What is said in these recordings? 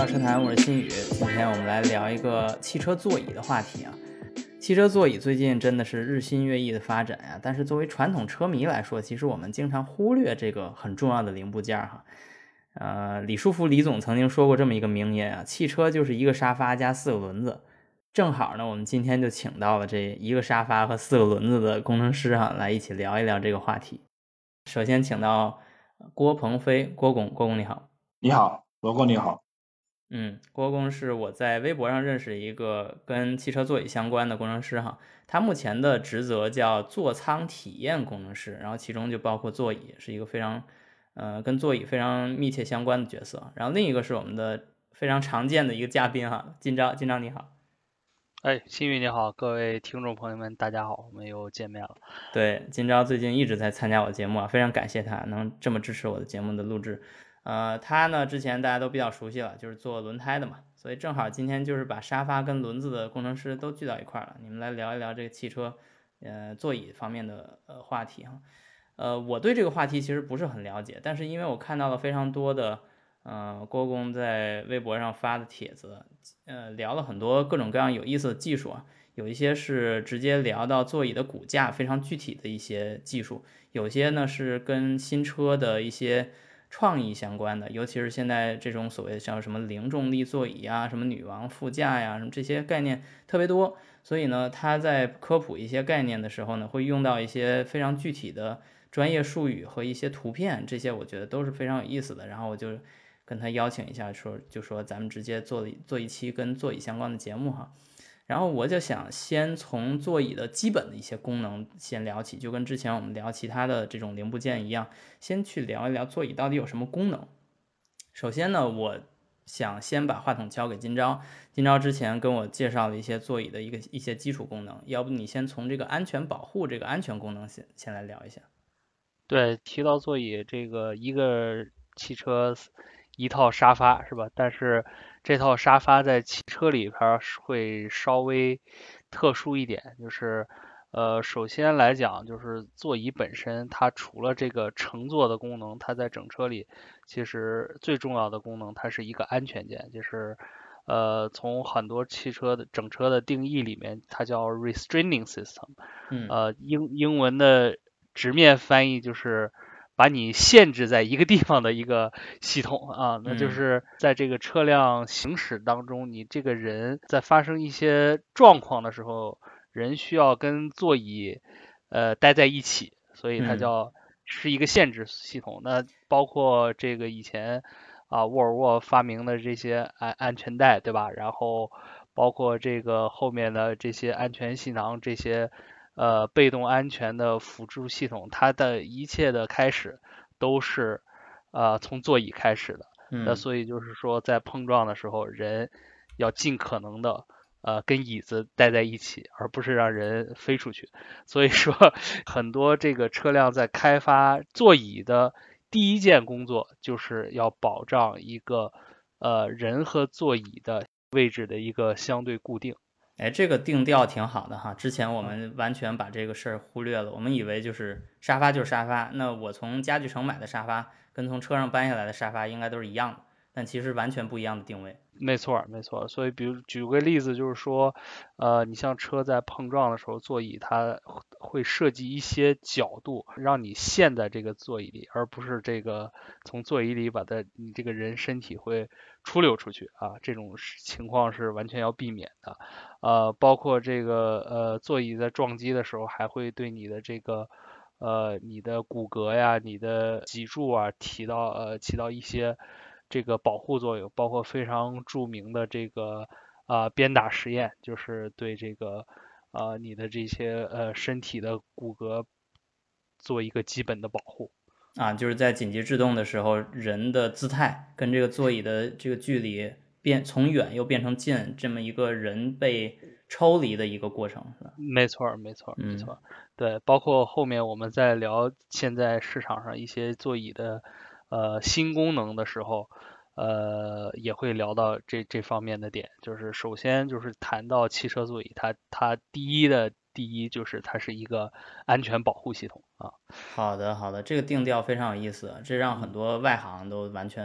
到车谈，我是新宇。今天我们来聊一个汽车座椅的话题啊。汽车座椅最近真的是日新月异的发展呀，但是作为传统车迷来说，其实我们经常忽略这个很重要的零部件哈。李书福李总曾经说过这么一个名言啊，汽车就是一个沙发加4个轮子。正好呢，我们今天就请到了这一个沙发和4个轮子的工程师哈，来一起聊一聊这个话题。首先请到郭鹏飞，郭工你好。 你好，罗哥你好。 郭工是我在微博上认识一个跟汽车座椅相关的工程师哈，他目前的职责叫座舱体验工程师，然后其中就包括座椅，是一个非常跟座椅非常密切相关的角色。然后另一个是我们的非常常见的一个嘉宾哈，金钊你好。 新宇你好，各位听众朋友们，大家好，我们又见面了。 对，金钊最近一直在参加我的节目啊，非常感谢他能这么支持我的节目的录制。他呢之前大家都比较熟悉了，就是做轮胎的嘛，所以正好今天就是把沙发跟轮子的工程师都聚到一块了，你们来聊一聊这个汽车座椅方面的话题哈。我对这个话题其实不是很了解，但是因为我看到了非常多的郭工在微博上发的帖子，聊了很多各种各样有意思的技术啊。有一些是直接聊到座椅的骨架非常具体的一些技术，有些呢是跟新车的一些创意相关的，尤其是现在这种所谓的像什么零重力座椅啊，什么女王副驾呀，什么这些概念特别多，所以呢，他在科普一些概念的时候呢，会用到一些非常具体的专业术语和一些图片，这些我觉得都是非常有意思的。然后我就跟他邀请一下，说咱们直接做一期跟座椅相关的节目哈。然后我就想先从座椅的基本的一些功能先聊起，就跟之前我们聊其他的这种零部件一样，先去聊一聊座椅到底有什么功能。首先呢，我想先把话筒交给金钊，金钊之前跟我介绍了一些座椅的一些基础功能，要不你先从这个安全保护这个安全功能先来聊一下。 对，提到座椅，这个一个汽车一套沙发是吧？但是这套沙发在汽车里边会稍微特殊一点，就是首先来讲，就是座椅本身，它除了这个乘坐的功能，它在整车里其实最重要的功能，它是一个安全键，就是从很多汽车的整车的定义里面，它叫 restraining system，英文的直面翻译就是把你限制在一个地方的一个系统啊，那就是在这个车辆行驶当中，你这个人在发生一些状况的时候，人需要跟座椅待在一起，所以它是一个限制系统。那包括这个以前沃尔沃发明的这些安全带，对吧？然后包括这个后面的这些安全气囊这些。被动安全的辅助系统，它的一切的开始都是从座椅开始的。那所以就是说，在碰撞的时候，人要尽可能的跟椅子待在一起，而不是让人飞出去。所以说，很多这个车辆在开发座椅的第一件工作，就是要保障一个人和座椅的位置的一个相对固定。 这个定调挺好的哈。之前我们完全把这个事儿忽略了，我们以为就是沙发就是沙发，那我从家具城买的沙发跟从车上搬下来的沙发应该都是一样的，但其实完全不一样的定位。 没错，没错。所以，比如举个例子，就是说，你像车在碰撞的时候，座椅它会设计一些角度，让你陷在这个座椅里，而不是这个从座椅里你这个人身体会出溜出去啊。这种情况是完全要避免的。包括这个座椅在撞击的时候，还会对你的这个你的骨骼呀、你的脊柱啊起到一些这个保护作用，包括非常著名的这个鞭打实验，就是对这个你的这些身体的骨骼做一个基本的保护。 就是在紧急制动的时候，人的姿态跟这个座椅的这个距离从远又变成近，这么一个人被抽离的一个过程，是吧？ 没错，没错，没错。对，包括后面我们在聊现在市场上一些座椅的新功能的时候，也会聊到这方面的点。就是首先就是谈到汽车座椅，它第一就是它是一个安全保护系统啊。 好的，这个定调非常有意思，这让很多外行都完全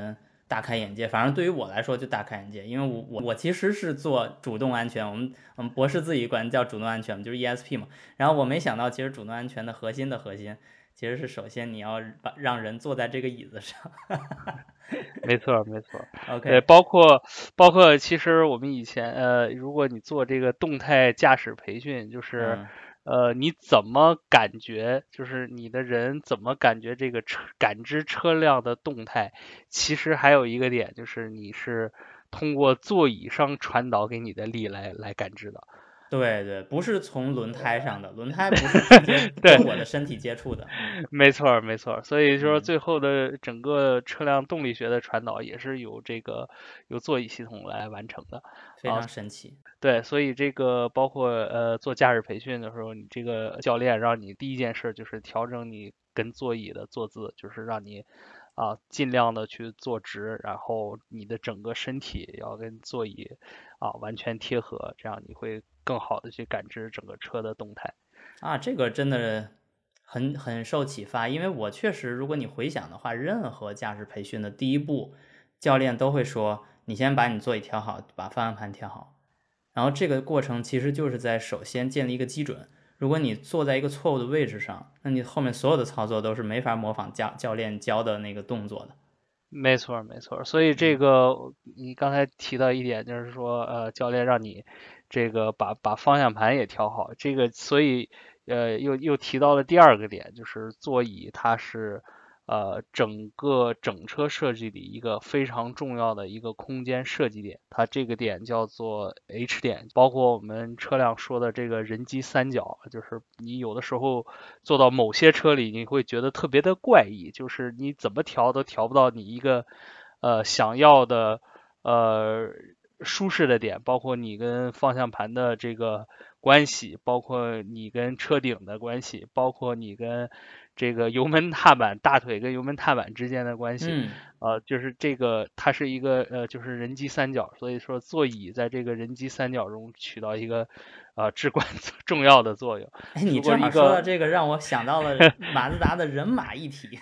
大开眼界。反正对于我来说就大开眼界，因为我其实是做主动安全，我们博士自己管叫主动安全，就是 ESP 嘛。然后我没想到，其实主动安全的核心其实是首先你要让人坐在这个椅子上。 没错。 OK， 对，包括其实我们以前如果你做这个动态驾驶培训，就是你怎么感觉，就是你的人怎么感觉这个感知车辆的动态，其实还有一个点就是你是通过座椅上传导给你的力来感知的。 对，不是从轮胎上的，轮胎不是直接跟我的身体接触的。 没错，所以说最后的整个车辆动力学的传导也是由座椅系统来完成的， 非常神奇。 对，所以这个包括做驾驶培训的时候，你这个教练让你第一件事就是调整你跟座椅的坐姿，就是让你尽量的去坐直，然后你的整个身体要跟座椅完全贴合，这样你会更好的去感知整个车的动态。 这个真的很受启发，因为我确实，如果你回想的话，任何驾驶培训的第一步，教练都会说，你先把你座椅调好，把方向盘调好，然后这个过程其实就是在首先建立一个基准。如果你坐在一个错误的位置上，那你后面所有的操作都是没法模仿教练教的那个动作的。 没错，所以这个你刚才提到一点，就是说，教练让你这个把方向盘也调好，这个所以又提到了第二个点，就是座椅它是整车设计里一个非常重要的一个空间设计点，它这个点叫做 H 点，包括我们车辆说的这个人机三角，就是你有的时候坐到某些车里，你会觉得特别的怪异，就是你怎么调都调不到你一个想要的舒适的点，包括你跟方向盘的这个关系，包括你跟车顶的关系，包括你跟这个油门踏板大腿跟油门踏板之间的关系，就是这个它是一个就是人机三角，所以说座椅在这个人机三角中起到一个至关重要的作用。 哎，你正好说到这个，让我想到了马自达的人马一体。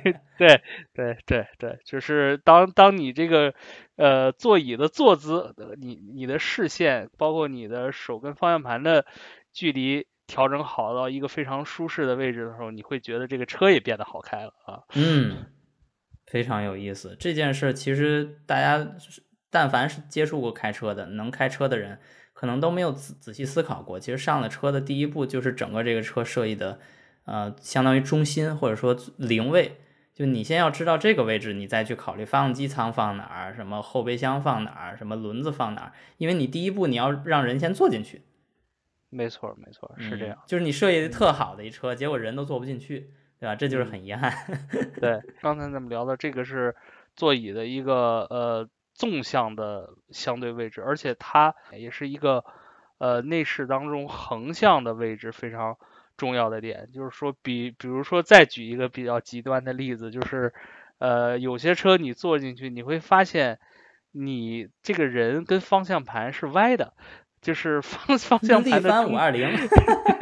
对，就是当你这个座椅的坐姿，你的视线，包括你的手跟方向盘的距离调整好到一个非常舒适的位置的时候，你会觉得这个车也变得好开了啊。 非常有意思。这件事其实大家但凡是接触过开车的，能开车的人，可能都没有仔细思考过。其实上了车的第一步就是整个这个车设计的，相当于中心或者说零位。就你先要知道这个位置，你再去考虑发动机舱放哪儿，什么后备箱放哪儿，什么轮子放哪儿。因为你第一步你要让人先坐进去。 没错，是这样。 就是你设计的特好的一车，结果人都坐不进去，对吧？这就是很遗憾。 对，刚才咱们聊的这个是座椅的一个纵向的相对位置，而且它也是一个内饰当中横向的位置非常重要的点。就是说比如说再举一个比较极端的例子，就是有些车你坐进去，你会发现你这个人跟方向盘是歪的。就是方向盘的 520，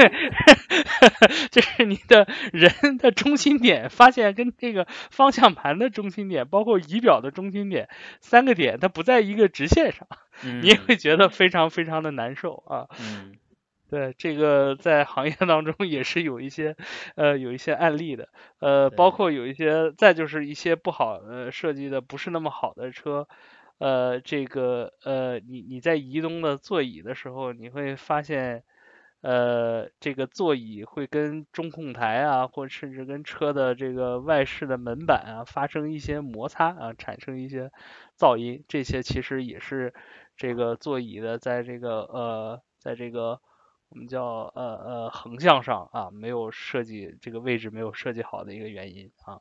就是你的人的中心点，发现跟这个方向盘的中心点，包括仪表的中心点，3个点它不在一个直线上，你也会觉得非常非常的难受啊。对，这个在行业当中也是有一些案例的，包括有一些，再就是一些不好设计的不是那么好的车。这个你在移动的座椅的时候，你会发现，这个座椅会跟中控台啊，或甚至跟车的这个外饰的门板啊发生一些摩擦啊，产生一些噪音。这些其实也是这个座椅的在这个我们叫横向上啊没有设计这个位置没有设计好的一个原因啊。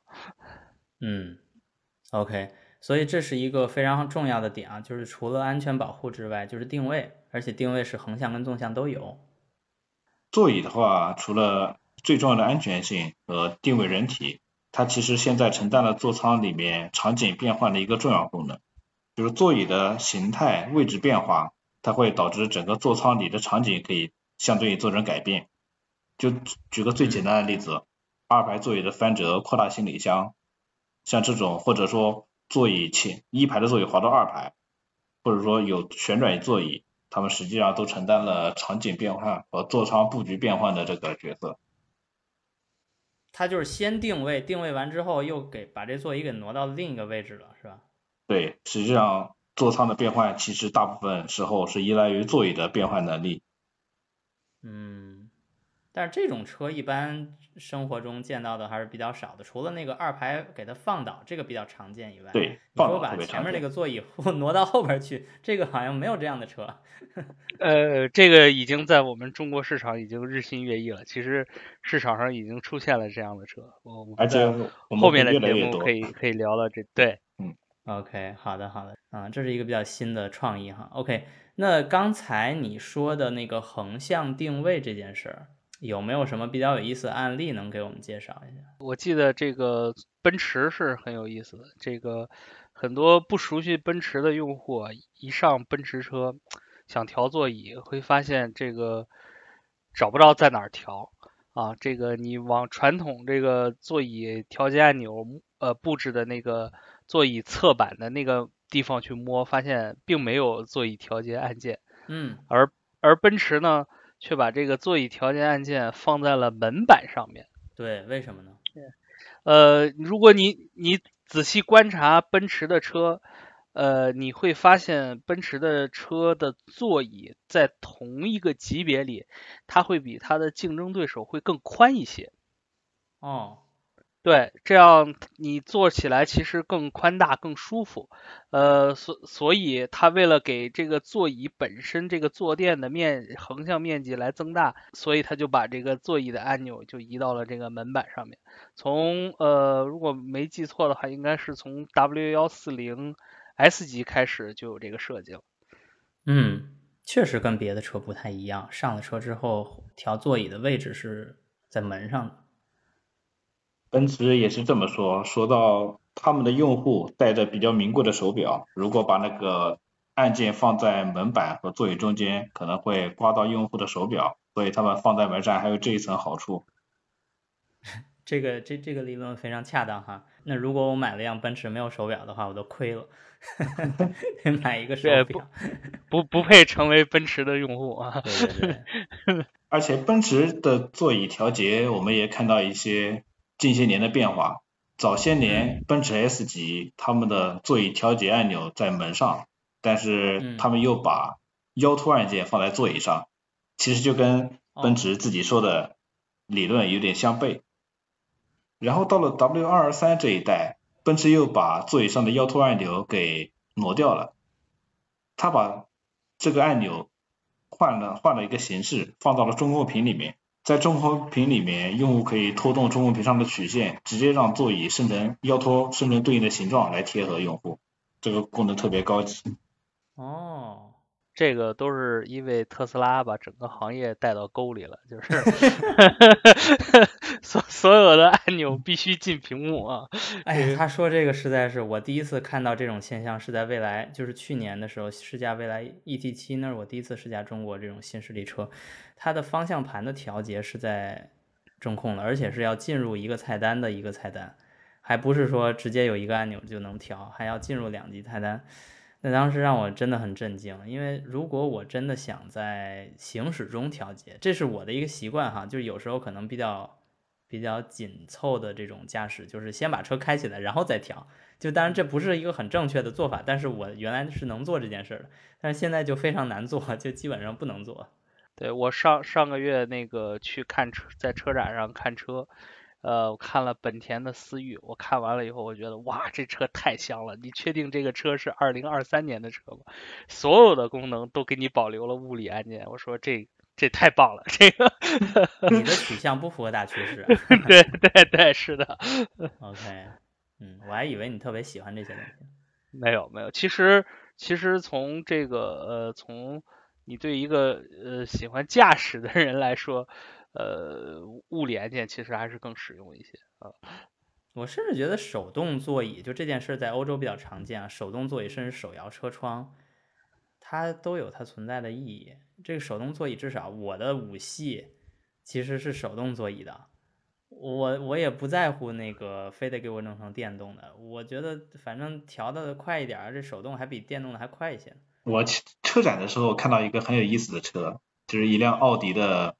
OK。所以这是一个非常重要的点啊，就是除了安全保护之外，就是定位，而且定位是横向跟纵向都有。 座椅的话，除了最重要的安全性和定位人体，它其实现在承担了座舱里面场景变换的一个重要功能。就是座椅的形态位置变化，它会导致整个座舱里的场景可以相对做成改变。就举个最简单的例子，2排座椅的翻折扩大行李箱，像这种，或者说座椅一排的座椅滑到2排，或者说有旋转座椅，他们实际上都承担了场景变换和座舱布局变换的这个角色。 它就是先定位，定位完之后又把这座椅给挪到另一个位置了，是吧？ 对，实际上座舱的变换其实大部分时候是依赖于座椅的变换能力。 但是这种车一般生活中见到的还是比较少的，除了那个2排给它放倒，这个比较常见以外， 对， 你说放倒特把前面那别常见。 个座椅挪到后边去，这个好像没有这样的车。 这个已经在我们中国市场已经日新月异了。其实市场上已经出现了这样的车，我们而且在我们会后面的越来越多。 节目可以聊了。对。 OK，好的好的，这是一个比较新的创意哈。OK，那刚才你说的那个横向定位这件事儿，有没有什么比较有意思的案例能给我们介绍一下？ 我记得这个奔驰是很有意思的，这个很多不熟悉奔驰的用户啊，一上奔驰车想调座椅，会发现这个找不着在哪儿调啊。这个你往传统这个座椅调节按钮布置的那个座椅侧板的那个地方去摸，发现并没有座椅调节按键。而奔驰呢，却把这个座椅调节按键放在了门板上面。 对，为什么呢？ 如果你仔细观察奔驰的车，你会发现奔驰的车的座椅在同一个级别里，它会比它的竞争对手会更宽一些。 哦， 对，这样你坐起来其实更宽大、更舒服。所以它为了给这个座椅本身这个坐垫的横向面积来增大，所以它就把这个座椅的按钮就移到了这个门板上面。如果没记错的话，应该是从 W140S 级开始就有这个设计了。 确实跟别的车不太一样，上了车之后调座椅的位置是在门上的。 奔驰也是这么说，说到他们的用户戴着比较名贵的手表，如果把那个按键放在门板和座椅中间，可能会刮到用户的手表，所以他们放在门上还有这一层好处。 这个理论非常恰当哈。那如果我买了辆奔驰没有手表的话，我都亏了，得买一个手表。 不配成为奔驰的用户啊。 对对对。 而且奔驰的座椅调节，我们也看到一些近些年的变化。早些年奔驰 S 级他们的座椅调节按钮在门上，但是他们又把腰托按键放在座椅上，其实就跟奔驰自己说的理论有点相悖。然后到了 W223这一代，奔驰又把座椅上的腰托按钮给挪掉了，他把这个按钮换了一个形式，放到了中控屏里面。在中控屏里面，用户可以拖动中控屏上的曲线，直接让座椅腰托生成对应的形状来贴合用户。这个功能特别高级。 这个都是因为特斯拉把整个行业带到沟里了，就是所有的按钮必须进屏幕啊。 哎呀，他说这个实在是我第一次看到这种现象，是在蔚来，就是去年的时候试驾蔚来 ET7，那是我第一次试驾中国这种新势力车，它的方向盘的调节是在中控的，而且是要进入一个菜单的一个菜单，还不是说直接有一个按钮就能调，还要进入2级菜单。那当时让我真的很震惊，因为如果我真的想在行驶中调节，这是我的一个习惯哈，就是有时候可能比较紧凑的这种驾驶，就是先把车开起来然后再调，就当然这不是一个很正确的做法，但是我原来是能做这件事的，但是现在就非常难做，就基本上不能做。 对，我上个月那个去看车，在车展上看车，我看了本田的思域，我看完了以后，我觉得哇，这车太香了！你确定这个车是2023年的车吗？所有的功能都给你保留了物理按键，我说这太棒了，这个你的取向不符合大趋势。 对对对，是的。 OK，我还以为你特别喜欢这些东西。 没有，其实从这个从你对一个喜欢驾驶的人来说，物理按键其实还是更实用一些啊。 我甚至觉得手动座椅就这件事在欧洲比较常见啊，手动座椅甚至手摇车窗，它都有它存在的意义。这个手动座椅至少我的5系其实是手动座椅的， 我也不在乎那个非得给我弄成电动的，我觉得反正调的快一点，这手动还比电动的还快一些。 我去车展的时候看到一个很有意思的车，就是一辆奥迪的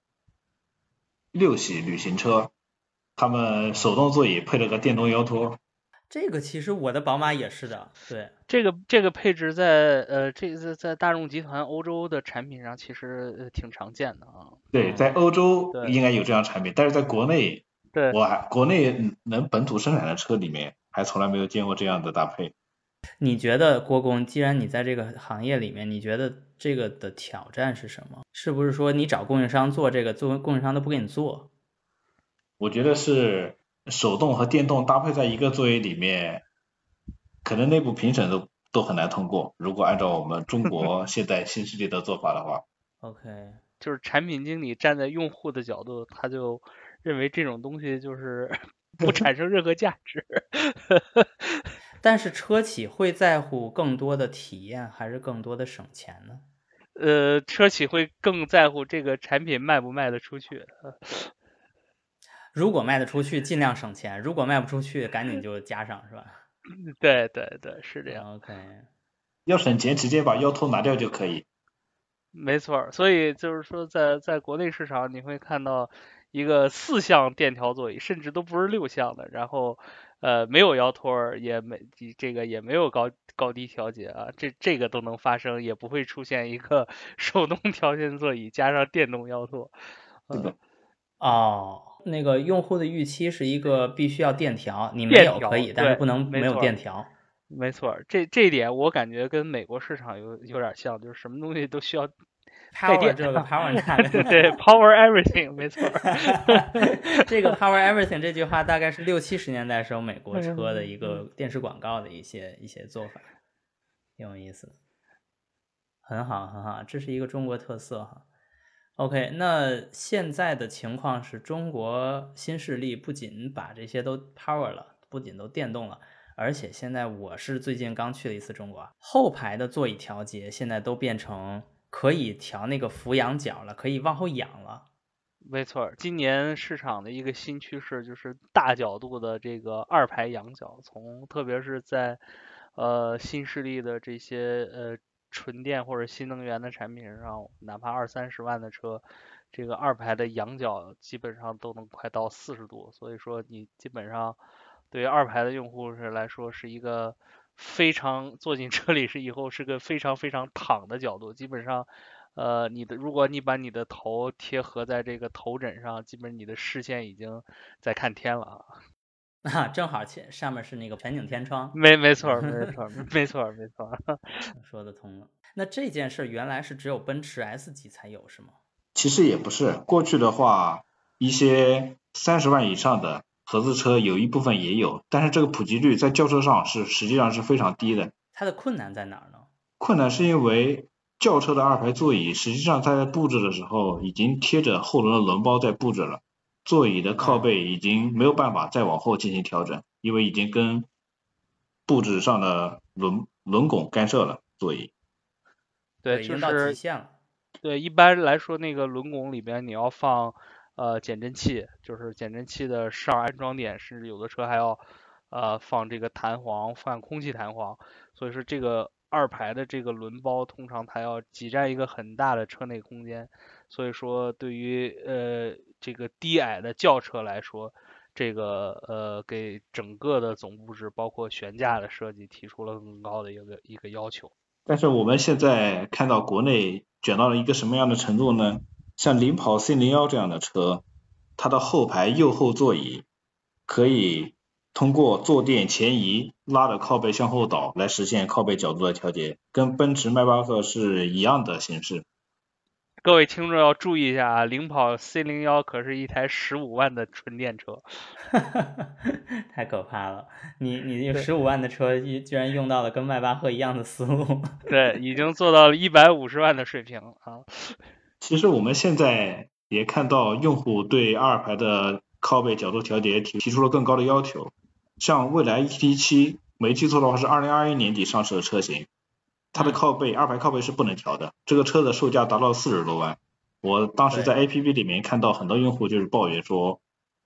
6系旅行车，他们手动座椅配了个电动腰托。 这个其实我的宝马也是的，对。 这个配置在大众集团欧洲的产品上其实挺常见的啊。 对，在欧洲对应该有这样产品，但是在国内， 对， 国内能本土生产的车里面还从来没有见过这样的搭配。 你觉得郭工，既然你在这个行业里面，你觉得这个的挑战是什么？是不是说你找供应商做这个，作为供应商都不给你做？ 我觉得是手动和电动搭配在一个座椅里面，可能内部评审都很难通过。如果按照我们中国现在新势力的做法的话， OK， 就是产品经理站在用户的角度，他就认为这种东西就是不产生任何价值。 但是车企会在乎更多的体验，还是更多的省钱呢？ 车企会更在乎这个产品卖不卖得出去。 如果卖得出去，尽量省钱；如果卖不出去，赶紧就加上，是吧对对对，是这样。 ？OK， 要省钱直接把腰托拿掉就可以。 没错，所以就是说在国内市场，你会看到一个4项电调座椅，甚至都不是6项的，然后没有腰托儿，也没有高低调节啊，这个都能发生，也不会出现一个手动调节座椅加上电动腰托。 是的， 哦，那个用户的预期是一个必须要电调，你没电调， 有可以，但是对， 不能没有没错电调。 没错，这一点我感觉跟美国市场有点像，就是什么东西都需要带 Power 电。 这个 Power 那个， 对对，Power everything，没错。 这个 Power Everything 这句话大概是60、70年代时候美国车的一个电视广告的一些做法，挺有意思的，很好很好，这是一个中国特色哈。OK，那现在的情况是中国新势力不仅把这些都 Power 了，不仅都电动了，而且现在我是最近刚去了一次中国，后排的座椅调节现在都变成可以调那个俯仰角了，可以往后仰了。 没错，今年市场的一个新趋势就是大角度的这个2排仰角，特别是在新势力的这些纯电或者新能源的产品上，哪怕20-30万的车，这个2排的仰角基本上都能快到40度，所以说你基本上对于2排的用户来说是一个非常坐进车里以后是个非常非常躺的角度，基本上。如果你把你的头贴合在这个头枕上，基本你的视线已经在看天了啊。 啊，正好上面是那个全景天窗， 没错，没错，没错，没错。 说得通了。那这件事原来是只有奔驰 S 级才有是吗？ 其实也不是，过去的话，一些30万以上的合资车有一部分也有，但是这个普及率在轿车上实际上是非常低的。 它的困难在哪儿呢？ 困难是因为轿车的2排座椅，实际上它在布置的时候已经贴着后轮的轮包在布置了，座椅的靠背已经没有办法再往后进行调整，因为已经跟布置上的轮拱干涉了座椅。 对， 已经到极就是限了。 对，一般来说那个轮拱里边你要放减震器，就是减震器的上安装点，甚至有的车还要放这个弹簧，放空气弹簧，所以说这个2排的这个轮包通常它要挤占一个很大的车内空间，所以说对于这个低矮的轿车来说，这个给整个的总布置包括悬架的设计提出了更高的一个要求。 但是我们现在看到国内卷到了一个什么样的程度呢？像领跑 C01这样的车，它的后排右后座椅可以通过坐垫前移拉着靠背向后倒来实现靠背角度的调节，跟奔驰迈巴赫是一样的形式。 各位听众要注意一下啊，领跑 C01可是一台15万的纯电车。 太可怕了！你15万的车居然用到了跟迈巴赫一样的思路。 对，已经做到了150万的水平啊。 其实我们现在也看到用户对2排的靠背角度调节提出了更高的要求，像蔚来 ET7，没记错的话是2021年底上市的车型，它的靠背2排靠背是不能调的，这个车的售价达到40多万。我当时在 APP 里面看到很多用户就是抱怨说，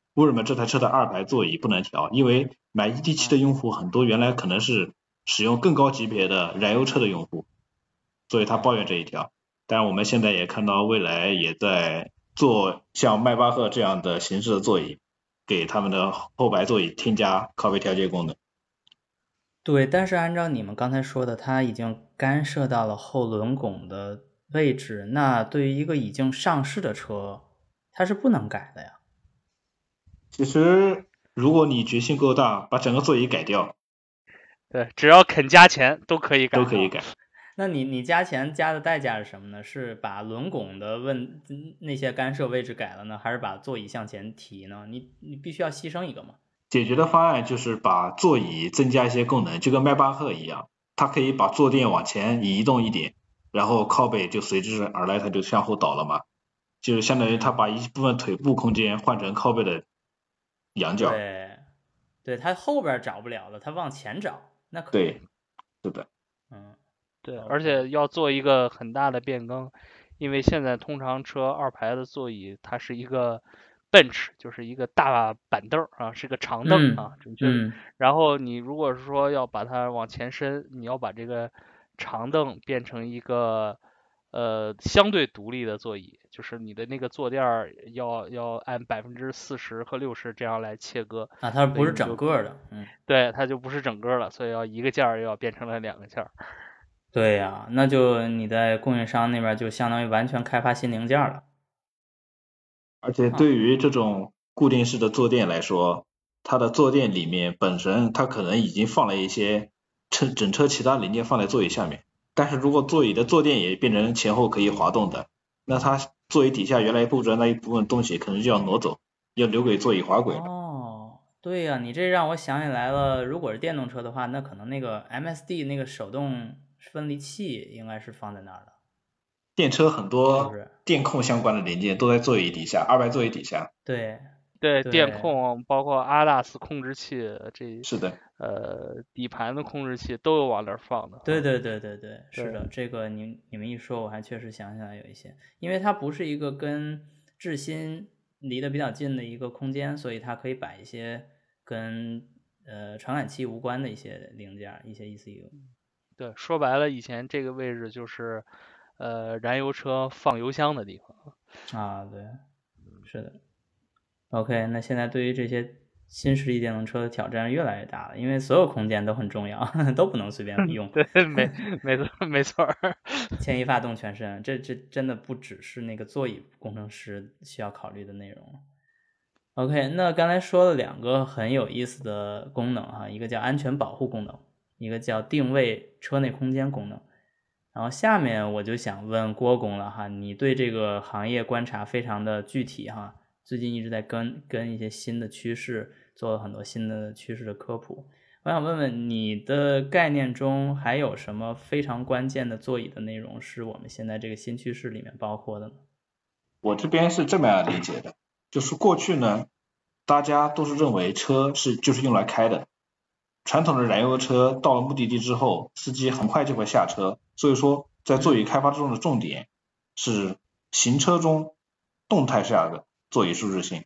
为什么这台车的2排座椅不能调？因为买 ET7 的用户很多原来可能是使用更高级别的燃油车的用户，所以他抱怨这一条。但是我们现在也看到蔚来也在做像迈巴赫这样的形式的座椅，给他们的后排座椅添加靠背调节功能。 对，但是按照你们刚才说的，它已经干涉到了后轮拱的位置，那对于一个已经上市的车，它是不能改的呀。 其实如果你决心够大，把整个座椅改掉， 对，只要肯加钱都可以改， 都可以改。 那你加钱加的代价是什么呢？是把轮拱的那些干涉位置改了呢，还是把座椅向前提呢？你必须要牺牲一个嘛。 解决的方案就是把座椅增加一些功能，就跟迈巴赫一样，它可以把坐垫往前移动一点，然后靠背就随之而来，它就向后倒了嘛，就是相当于它把一部分腿部空间换成靠背的仰角。 对，对，它后边找不了了，它往前找，那可以。 对，是的。 对， OK 而且要做一个很大的变更，因为现在通常车2排的座椅它是一个 bench，就是一个大板凳啊，是个长凳啊，准确的。然后你如果是说要把它往前伸，你要把这个长凳变成一个相对独立的座椅，就是你的那个坐垫儿要按40%和60%这样来切割啊，它不是所以你就整个的， 对，它就不是整个了，所以要一个件儿又要变成了2个件儿。 对呀，那就你在供应商那边就相当于完全开发新零件了。 而且对于这种固定式的坐垫来说，它的坐垫里面本身它可能已经放了一些整车其他零件放在座椅下面，但是如果座椅的坐垫也变成前后可以滑动的，那它座椅底下原来布置的那一部分东西可能就要挪走，要留给座椅滑轨了。 哦，对呀，你这让我想起来了，如果是电动车的话，那可能那个 MSD 那个手动分离器应该是放在那儿的。 电车很是不多是？ 电控相关的零件都在座椅底下，2排座椅底下。 对， 对， 对电控包括 ADAS 控制器， 是的。 底盘的控制器都有往那儿放的。 对，是的，这个你们一说，我还确实想起来有一些，因为它不是一个跟质心离得比较近的一个空间，所以它可以摆一些跟传感器无关的一些零件，一些 ECU。 对，说白了，以前这个位置就是燃油车放油箱的地方。 啊，对，是的。OK，那现在对于这些新势力电动车的挑战越来越大了，因为所有空间都很重要，都不能随便用。 对，没错。 牵一发动全身，这真的不只是那个座椅工程师需要考虑的内容。OK，那刚才说了2个很有意思的功能哈，一个叫安全保护功能，一个叫定位车内空间功能。然后下面我就想问郭工了哈，你对这个行业观察非常的具体哈，最近一直在跟一些新的趋势，做了很多新的趋势的科普。我想问问你的概念中还有什么非常关键的座椅的内容是我们现在这个新趋势里面包括的呢？ 我这边是这么样理解的，就是过去呢，大家都是认为车就是用来开的，传统的燃油车到了目的地之后，司机很快就会下车，所以说在座椅开发中的重点是行车中动态下的座椅舒适性。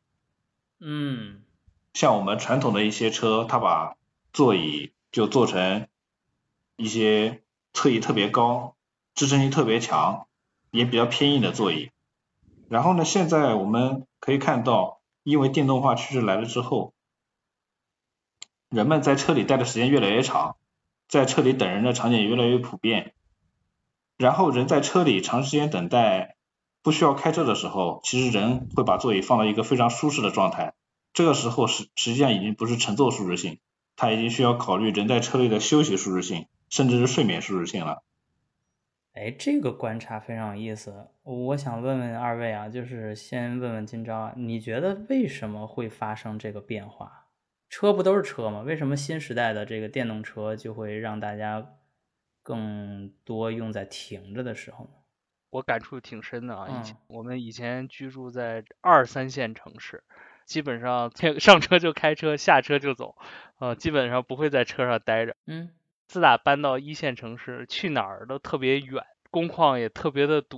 像我们传统的一些车，它把座椅就做成一些侧翼特别高、支撑性特别强、也比较偏硬的座椅。然后呢，现在我们可以看到，因为电动化趋势来了之后，人们在车里待的时间越来越长，在车里等人的场景越来越普遍。然后人在车里长时间等待，不需要开车的时候，其实人会把座椅放到一个非常舒适的状态。这个时候实际上已经不是乘坐舒适性，它已经需要考虑人在车里的休息舒适性，甚至是睡眠舒适性了。 哎，这个观察非常有意思。我想问问2位啊，就是先问问今朝啊，你觉得为什么会发生这个变化？车不都是车吗？为什么新时代的这个电动车就会让大家更多用在停着的时候呢？ 我感触挺深的啊，我们以前居住在2、3线城市，基本上上车就开车，下车就走，基本上不会在车上待着。自打搬到1线城市，去哪儿都特别远，工况也特别的堵。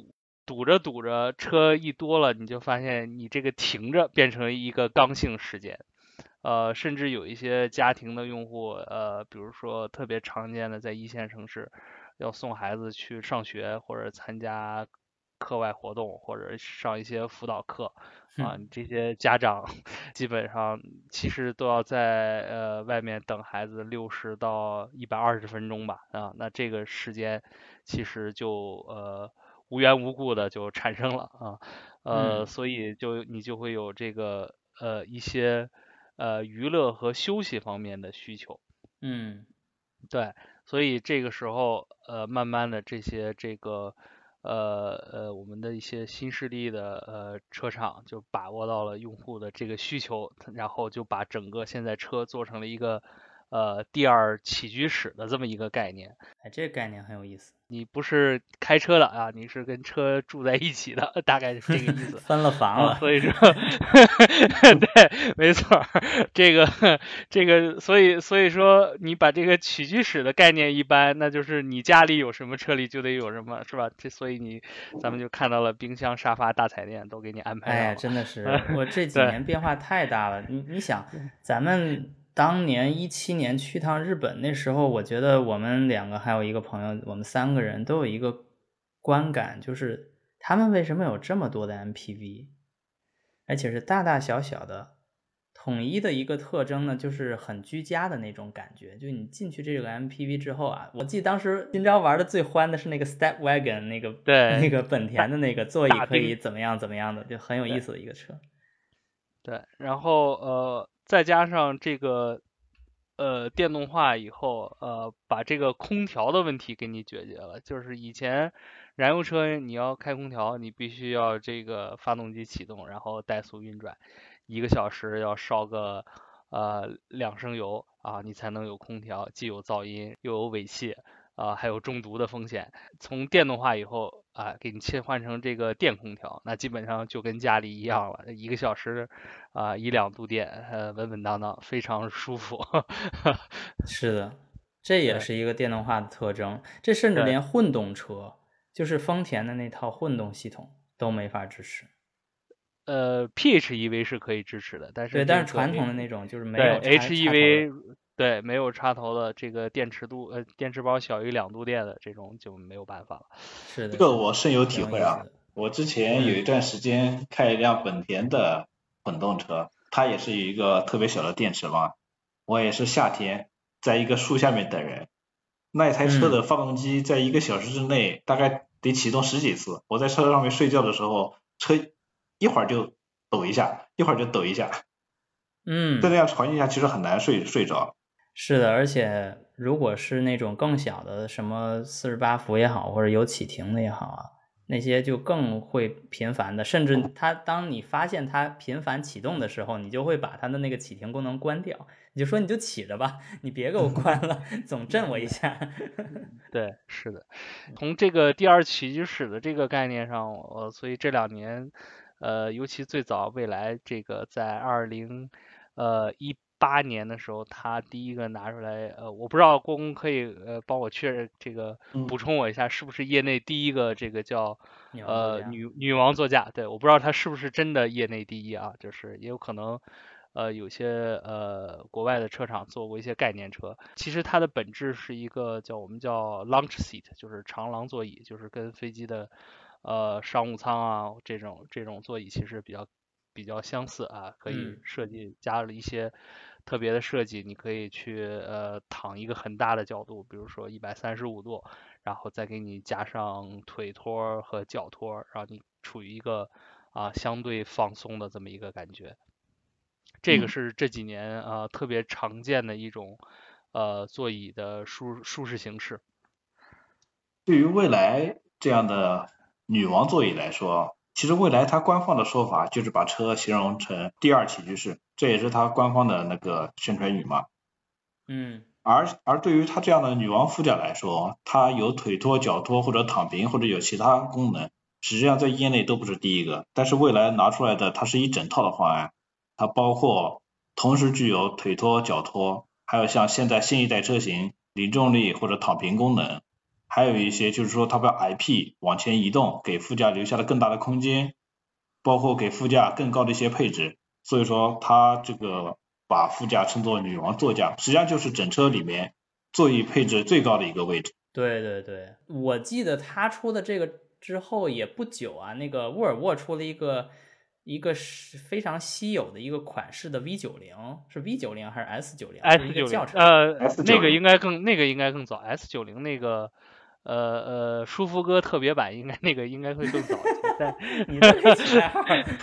堵着车一多了，你就发现你这个停着变成一个刚性事件。甚至有一些家庭的用户，比如说特别常见的在一线城市，要送孩子去上学或者参加课外活动或者上一些辅导课，你这些家长基本上其实都要在外面等孩子60到120分钟吧，那这个时间其实就无缘无故的就产生了所以你就会有这个一些娱乐和休息方面的需求。对，所以这个时候慢慢的这个我们的一些新势力的车厂就把握到了用户的这个需求，然后就把整个现在车做成了一个第二起居室的这么一个概念。 哎，这个概念很有意思。 你不是开车的啊，你是跟车住在一起的，大概是这个意思。 分了房了。 所以说，对，没错，这个，所以说你把这个起居室的概念一搬，那就是你家里有什么，车里就得有什么，是吧？所以咱们就看到了冰箱、沙发、大彩电都给你安排哎呀，真的是，我这几年变化太大了。你想，咱们当年17年去趟日本，那时候我觉得我们2个还有一个朋友，我们3个人都有一个观感，就是他们为什么有这么多的 MPV， 而且是大大小小的，统一的一个特征呢，就是很居家的那种感觉。就你进去这个 MPV 之后啊，我记得当时今朝玩的最欢的是那个 Step Wagon， 那个本田的那个座椅可以怎么样的，就很有意思的一个车。 对，然后再加上这个电动化以后，把这个空调的问题给你解决了。就是以前燃油车你要开空调，你必须要这个发动机启动，然后怠速运转，1个小时要烧个2升油啊，你才能有空调，既有噪音又有尾气还有中毒的风险。从电动化以后给你切换成这个电空调，那基本上就跟家里一样了，1个小时1-2度电，稳稳当当，非常舒服。 是的，这也是一个电动化的特征。这甚至连混动车，就是丰田的那套混动系统都没法支持。 PHEV 是可以支持的，但是对，但是传统的那种就是没有 HEV， 对，没有插头的这个电池包小于2度电的这种就没有办法了。 是的， 这个我深有体会啊。我之前有一段时间开一辆本田的混动车，它也是一个特别小的电池嘛。我也是夏天在一个树下面等人，那台车的发动机在1个小时之内大概得启动10几次。我在车上面睡觉的时候，车一会儿就抖一下，一会儿就抖一下。在那样环境下其实很难睡着。 是的，而且如果是那种更小的什么48伏也好，或者有启停的也好啊，那些就更会频繁的，甚至当你发现它频繁启动的时候，你就会把它的那个启停功能关掉，你就说你就起着吧，你别给我关了，总震我一下。 对，是的，从这个第二起居室的这个概念上，所以这2年，尤其最早蔚来这个在2018年的时候，他第一个拿出来，我不知道郭工可以帮我确认这个补充我一下，是不是业内第一个这个叫女王座驾？对，我不知道他是不是真的业内第一啊，就是也有可能。有些国外的车厂做过一些概念车，其实它的本质是一个我们叫 lounge seat， 就是长廊座椅，就是跟飞机的商务舱啊这种座椅其实比较相似可以设计加了一些特别的设计，你可以去躺一个很大的角度，比如说135度，然后再给你加上腿托和脚托，让你处于一个相对放松的这么一个感觉。这个是这几年特别常见的一种座椅的舒适形式。 对于蔚来这样的女王座椅来说，其实蔚来它官方的说法就是把车形容成第二起居室，这也是它官方的那个宣传语嘛。而对于它这样的女王副驾来说，它有腿托、脚托或者躺平或者有其他功能，实际上在业内都不是第一个。但是蔚来拿出来的它是一整套的方案，它包括同时具有腿托、脚托，还有像现在新一代车型零重力或者躺平功能， 还有一些就是说它把 IP 往前移动，给副驾留下了更大的空间，包括给副驾更高的一些配置，所以说它这个把副驾称作女王座驾，实际上就是整车里面座椅配置最高的一个位置。 对对对，我记得他出的这个之后也不久啊，那个沃尔沃出了一个是非常稀有的一个款式的 V90，是 V90还是 S90？是一个轿车。 那个应该更早，S90那个舒肤哥特别版应该会更早一些，但你这是起代号。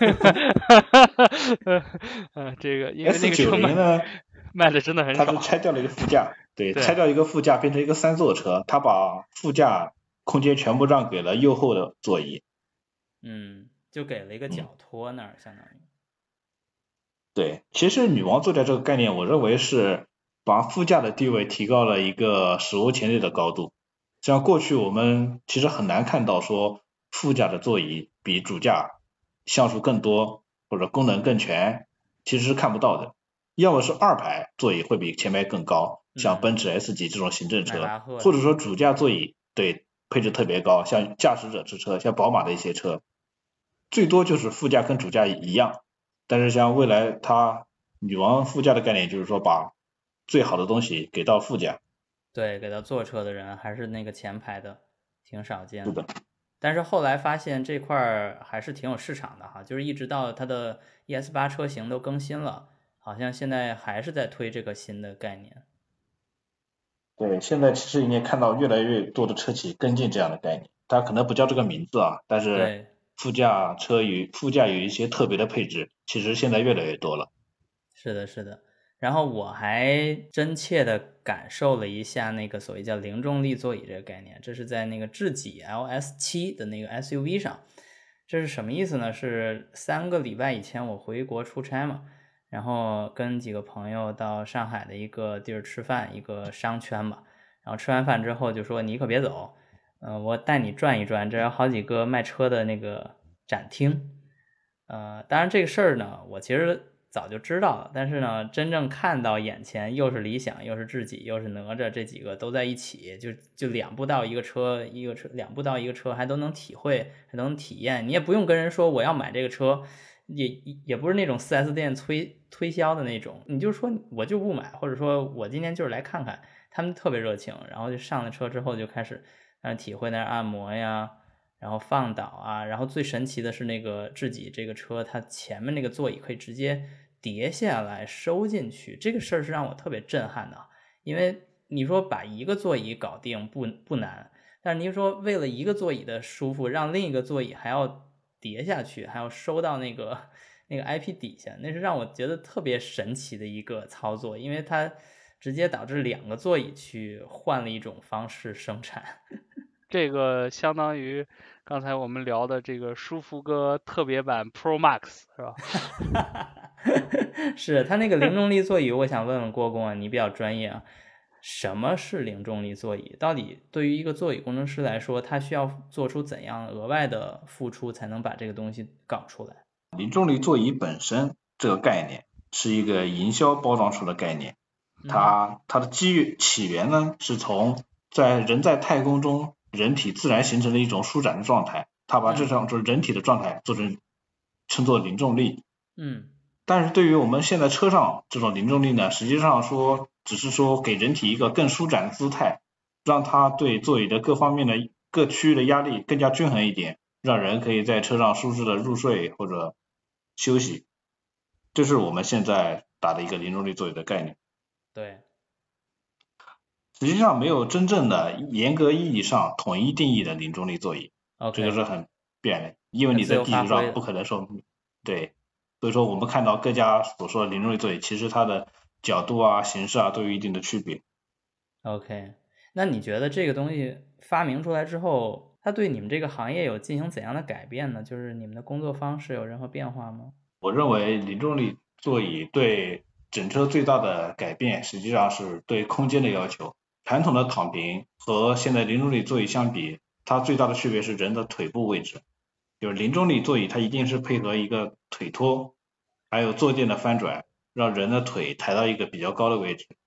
这个因为那个车 S90呢卖的真的很少。 它是拆掉了一个副驾，对，拆掉一个副驾变成一个3座车，它把副驾空间全部让给了右后的座椅。 就给了一个脚托那儿，相当于。 对，其实女王座驾这个概念，我认为是把副驾的地位提高了一个史无前例的高度。像过去我们其实很难看到说副驾的座椅比主驾像素更多或者功能更全，其实是看不到的。要么是2排座椅会比前排更高，像奔驰 S 级这种行政车，或者说主驾座椅对配置特别高，像驾驶者之车，像宝马的一些车，最多就是副驾跟主驾一样。但是像未来它女王副驾的概念就是说把最好的东西给到副驾。 对，给到坐车的人还是那个前排的，挺少见的。 但是后来发现这块还是挺有市场的哈，就是一直到它的 ES8 车型都更新了，好像现在还是在推这个新的概念。 对，现在其实你也看到越来越多的车企跟进这样的概念，它可能不叫这个名字啊，但是副驾有一些特别的配置，其实现在越来越多了。 是的，是的。然后我还真切的感受了一下那个所谓叫零重力座椅这个概念，这是在那个智己 LS7 的那个 SUV 上。这是什么意思呢？是3个礼拜以前我回国出差嘛，然后跟几个朋友到上海的一个地儿吃饭，一个商圈嘛，然后吃完饭之后就说你可别走，我带你转一转，这有好几个卖车的那个展厅。当然这个事儿呢，我其实早就知道了，但是呢，真正看到眼前又是理想又是智己又是哪吒这几个都在一起，就2部到一个车2部到一个车还都能体会，还都能体验，你也不用跟人说我要买这个车，也不是那种 4S 店推销的那种，你就说我就不买，或者说我今天就是来看看，他们特别热情，然后就上了车之后就开始体会那按摩呀，然后放倒啊，然后最神奇的是那个智己这个车，它前面那个座椅可以直接叠下来收进去，这个事儿是让我特别震撼的。因为你说把一个座椅搞定不难，但是你说为了一个座椅的舒服，让另一个座椅还要叠下去，还要收到那个 IP 底下，那是让我觉得特别神奇的一个操作，因为它直接导致2个座椅去换了一种方式生产。 这个相当于刚才我们聊的这个舒肤哥特别版 Pro Max 是吧？ 是它那个零重力座椅，我想问问郭工啊，你比较专业啊，什么是零重力座椅？到底对于一个座椅工程师来说，他需要做出怎样额外的付出，才能把这个东西搞出来？ 零重力座椅本身这个概念是一个营销包装出的概念，它的起源呢是从人在太空中人体自然形成的一种舒展的状态，它把这种就是人体的状态称作零重力。但是对于我们现在车上这种零重力呢，实际上说只是说给人体一个更舒展的姿态，让它对座椅的各方面的各区域的压力更加均衡一点，让人可以在车上舒适的入睡或者休息。这是我们现在打的一个零重力座椅的概念。 对， 实际上没有真正的严格意义上统一定义的零重力座椅，这个是很变的，因为你在地球上不可能说对。所以说我们看到各家所说的零重力座椅，其实它的角度啊、形式啊都有一定的区别。 OK， 那你觉得这个东西发明出来之后，它对你们这个行业有进行怎样的改变呢？就是你们的工作方式有任何变化吗？ 我认为零重力座椅对整车最大的改变，实际上是对空间的要求。传统的躺平和现在零重力座椅相比，它最大的区别是人的腿部位置。就是零重力座椅它一定是配合一个腿托，还有坐垫的翻转，让人的腿抬到一个比较高的位置。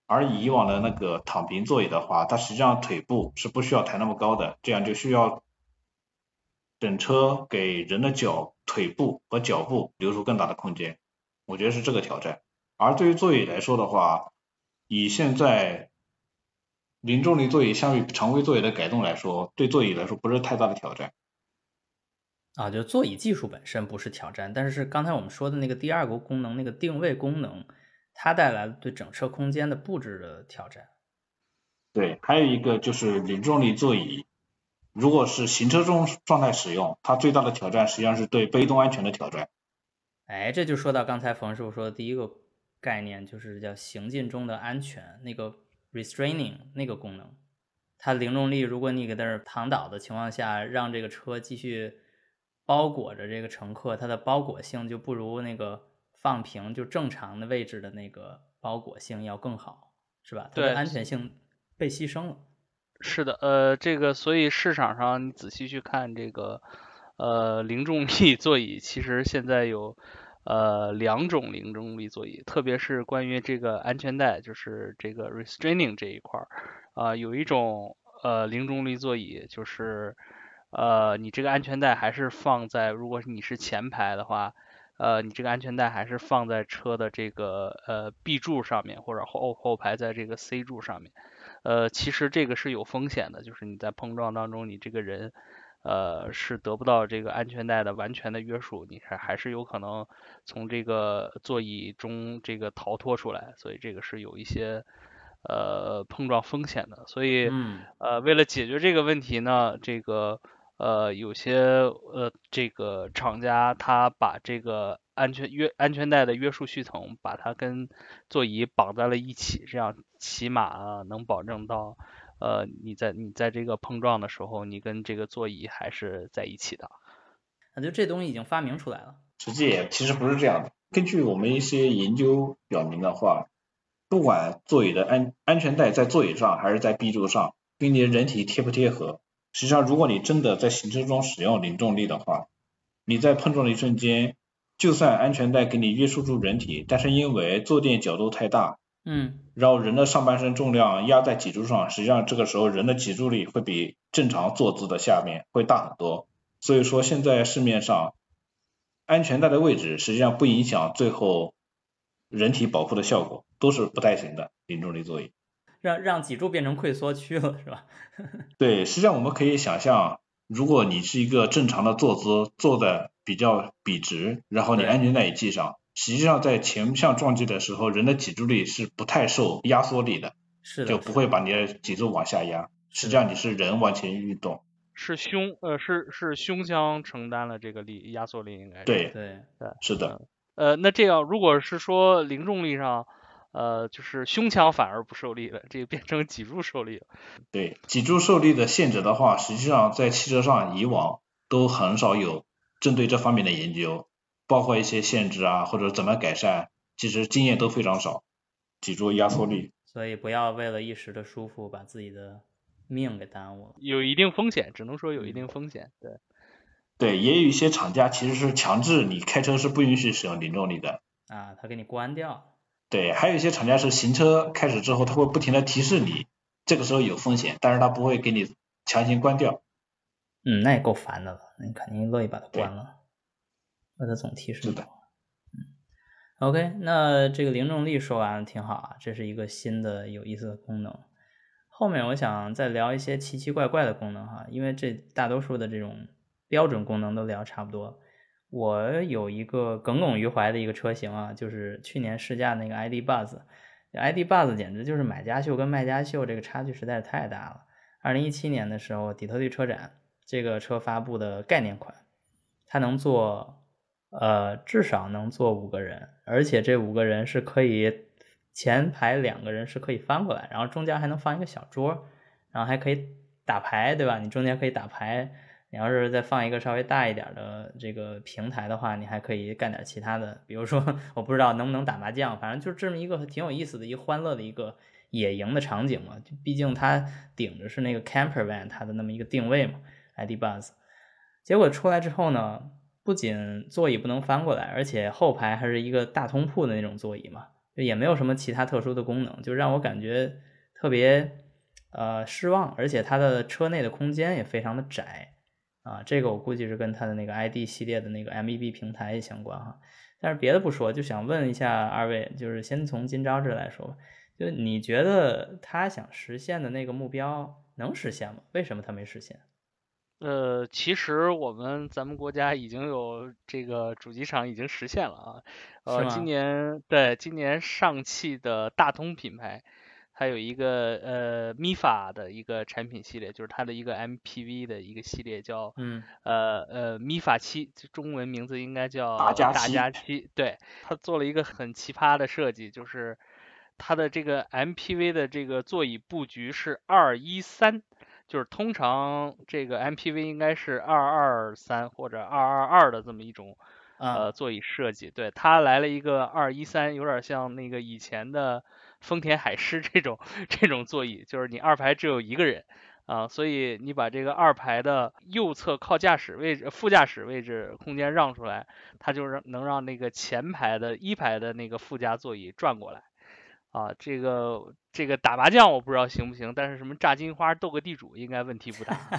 而以往的那个躺平座椅的话，它实际上腿部是不需要抬那么高的，这样就需要整车给人的腿部和脚部留出更大的空间，我觉得是这个挑战。而对于座椅来说的话，以现在零重力座椅相比常规座椅的改动来说，对座椅来说不是太大的挑战。 啊，就座椅技术本身不是挑战，但是刚才我们说的那个第二个功能，那个定位功能，它带来了对整车空间的布置的挑战。 对，还有一个就是零重力座椅，如果是行车中状态使用，它最大的挑战实际上是对被动安全的挑战。 哎，这就说到刚才冯师傅说的第一个概念，就是叫行进中的安全，那个 restraining 那个功能。它零重力，如果你给它躺倒的情况下，让这个车继续包裹着这个乘客，它的包裹性就不如那个放平就正常的位置的那个包裹性要更好，是吧？它的对， 安全性被牺牲了。 是的，这个所以市场上你仔细去看这个，零重力座椅，其实现在有两种零重力座椅，特别是关于这个安全带，就是这个 restraining 这一块儿，有一种零重力座椅，就是你这个安全带还是放在，如果你是前排的话，你这个安全带还是放在车的这个B 柱上面，或者后排在这个 C 柱上面。其实这个是有风险的，就是你在碰撞当中，你这个人，是得不到这个安全带的完全的约束，你还是有可能从这个座椅中这个逃脱出来，所以这个是有一些碰撞风险的。所以为了解决这个问题呢，这个有些这个厂家他把这个安全带的约束系统，把它跟座椅绑在了一起，这样起码能保证到你在这个碰撞的时候，你跟这个座椅还是在一起的。 那就这东西已经发明出来了。 实际也其实不是这样的。根据我们一些研究表明的话，不管座椅的安全带在座椅上还是在 B 柱上，跟你的人体贴不贴合，实际上如果你真的在行车中使用零重力的话，你在碰撞的一瞬间，就算安全带给你约束住人体，但是因为坐垫角度太大，然后人的上半身重量压在脊柱上，实际上这个时候人的脊柱力会比正常坐姿的下面会大很多。所以说现在市面上安全带的位置实际上不影响最后人体保护的效果，都是不太行的零重力座椅。 让脊柱变成溃缩区了，是吧？ 对，实际上我们可以想象，如果你是一个正常的坐姿，坐的比较笔直，然后你安全带也系上，实际上在前向撞击的时候，人的脊柱力是不太受压缩力的， 是的， 就不会把你的脊柱往下压。实际上你是人往前运动。 是胸腔承担了这个压缩力，应该是。 对， 对， 是的。 那这样如果是说零重力上，就是胸腔反而不受力了，这个变成脊柱受力了。 对，脊柱受力的限制的话，实际上在汽车上以往都很少有针对这方面的研究，包括一些限制啊，或者怎么改善，其实经验都非常少。脊柱压缩力。 所以不要为了一时的舒服把自己的命给耽误了。 有一定风险，只能说有一定风险。对。 对，也有一些厂家其实是强制你开车是不允许使用零重力的。 啊，他给你关掉。 对，还有一些厂家是行车开始之后，他会不停的提示你，这个时候有风险，但是他不会给你强行关掉。 那也够烦的了，你肯定乐意把它关了，把它总提示你。 是的。 OK， 那这个零重力说完了挺好啊，这是一个新的有意思的功能。后面我想再聊一些奇奇怪怪的功能哈，因为这大多数的这种标准功能都聊差不多。我有一个耿耿于怀的一个车型啊，就是去年试驾那个 ID Buzz。ID Buzz 简直就是买家秀跟卖家秀，这个差距实在是太大了。2017年的时候，底特律车展这个车发布的概念款，它能坐至少能坐5个人，而且这5个人是可以前排2个人是可以翻过来，然后中间还能放一个小桌，然后还可以打牌，对吧？你中间可以打牌，你要是再放一个稍微大一点的这个平台的话，你还可以干点其他的，比如说我不知道能不能打麻将，反正就这么一个挺有意思的一个欢乐的一个野营的场景嘛，毕竟它顶着是那个 camper van 它的那么一个定位嘛 ID Buzz。 结果出来之后呢，不仅座椅不能翻过来，而且后排还是一个大通铺的那种座椅嘛， 就也没有什么其他特殊的功能，就让我感觉特别失望，而且它的车内的空间也非常的窄啊，这个我估计是跟它的那个 ID 系列的那个 MEB 平台也相关哈。但是别的不说，就想问一下二位，就是先从金钊这来说，就你觉得他想实现的那个目标能实现吗？为什么他没实现？ 其实咱们国家已经有这个主机厂已经实现了啊，今是吗？ 年上汽的大通品牌，它有一个MIFA 的一个产品系列，就是它的一个 MPV 的一个系列叫嗯 MIFA 7，中文名字应该大叫大家期。 家七，对，它做了一个很奇葩的设计，就是它的这个 MPV 的这个座椅布局是213。就是通常这个 MPV 应该是223或者222的这么一种啊座椅设计，对，它来了一个213，有点像那个以前的丰田海狮这种座椅，就是你二排只有一个人啊，所以你把这个二排的右侧靠驾驶位置、副驾驶位置空间让出来，它就能让那个前排的一排的那个副驾座椅转过来。啊，这个打麻将我不知道行不行，但是什么炸金花斗个地主应该问题不大。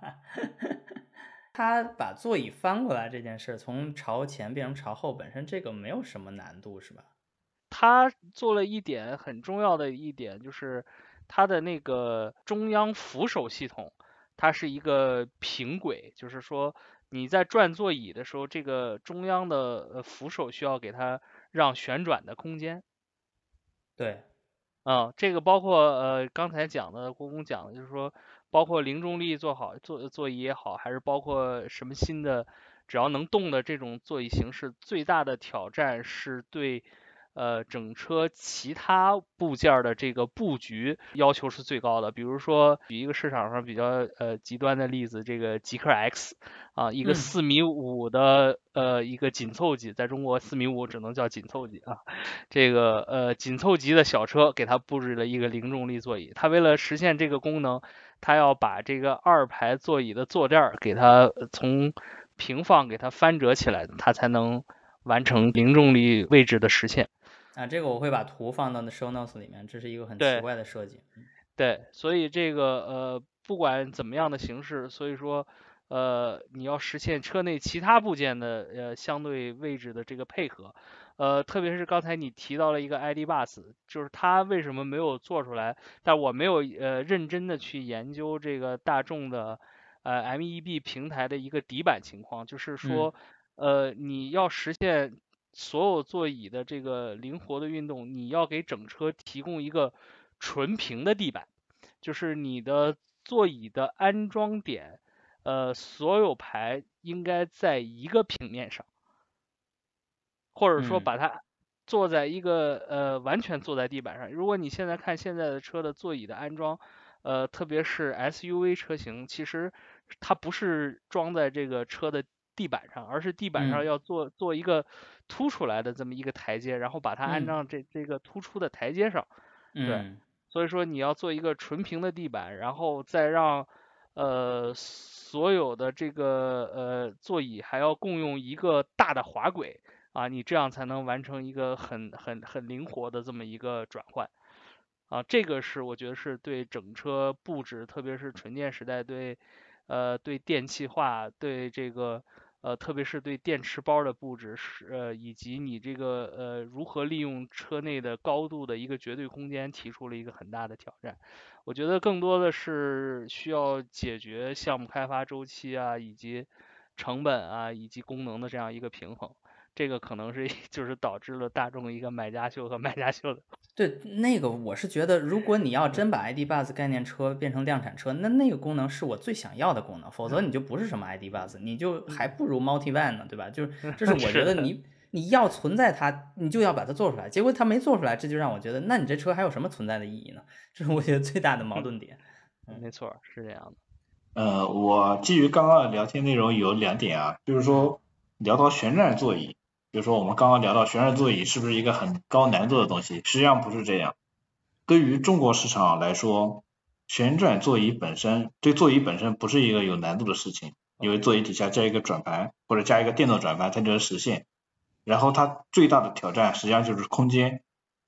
他把座椅翻过来这件事，从朝前变成朝后，本身这个没有什么难度，是吧？ 他做了一点很重要的一点，就是它的那个中央扶手系统，它是一个平轨，就是说你在转座椅的时候，这个中央的扶手需要给它让旋转的空间。 对， 这个包括刚才讲的郭工讲的，就是说包括零重力做好座椅也好，还是包括什么新的，只要能动的这种座椅形式，最大的挑战是对整车其他部件的这个布局要求是最高的。比如说举一个市场上比较极端的例子，这个极氪 X 啊，一个嗯 4.5米的一个紧凑级，在中国4.5米只能叫紧凑级啊。这个紧凑级的小车给它布置了一个零重力座椅，它为了实现这个功能，它要把这个二排座椅的坐垫给它从平放给它翻折起来，它才能完成零重力位置的实现。 啊，这个我会把图放到那 show notes 里面，这是一个很奇对怪的设计。 对，所以这个不管怎么样的形式，所以说你要实现车内其他部件的相对位置的这个配合，特别是刚才你提到了一个 ID Bus，就是它为什么没有做出来？但我没有认真的去研究这个大众的MEB 平台的一个底板情况，就是嗯说你要实现所有座椅的这个灵活的运动，你要给整车提供一个纯平的地板，就是你的座椅的安装点，所有排应该在一个平面上，或者说嗯把它坐在一个完全坐在地板上。如果你现在看现在的车的座椅的安装，特别是 SUV 车型，其实它不是装在这个车的地板上，而是地板上嗯要做一个凸出来的这么一个台阶，然后把它安嗯装这个突出的台阶上。对， 嗯所以说你要做一个纯平的地板，然后再让所有的这个座椅还要共用一个大的滑轨啊，你这样才能完成一个很灵活的这么一个转换啊，这个是我觉得是对整车布置，特别是纯电时代对电气化对这个特别是对电池包的布置以及你这个如何利用车内的高度的一个绝对空间提出了一个很大的挑战。我觉得更多的是需要解决项目开发周期啊，以及成本啊，以及功能的这样一个平衡。这个可能是就是导致了大众一个买家秀和卖家秀的。 对，那个我是觉得，如果你要嗯真把 ID Buzz 概念车变成量产车，那个功能是我最想要的功能，否则嗯你就不是什么 ID Buzz，你就还嗯， 不如 Multivan 呢，对吧？就是这是我觉是的， 得你要存在它，你就要把它做出来，结果它没做出来，这就让我觉得，那你这车还有什么存在的意义呢？这是我觉得最大的矛盾点。 没错，是这样的。 我基于刚刚的聊天内容有两点啊，就是说聊到旋转座椅，就是说我们刚刚聊到旋转座椅是不是一个很高难度的东西，实际上不是这样。对于中国市场来说，旋转座椅本身对座椅本身不是一个有难度的事情，因为 OK， 座椅底下加一个转盘或者加一个电动转盘它就能实现。然后它最大的挑战实际上就是空间，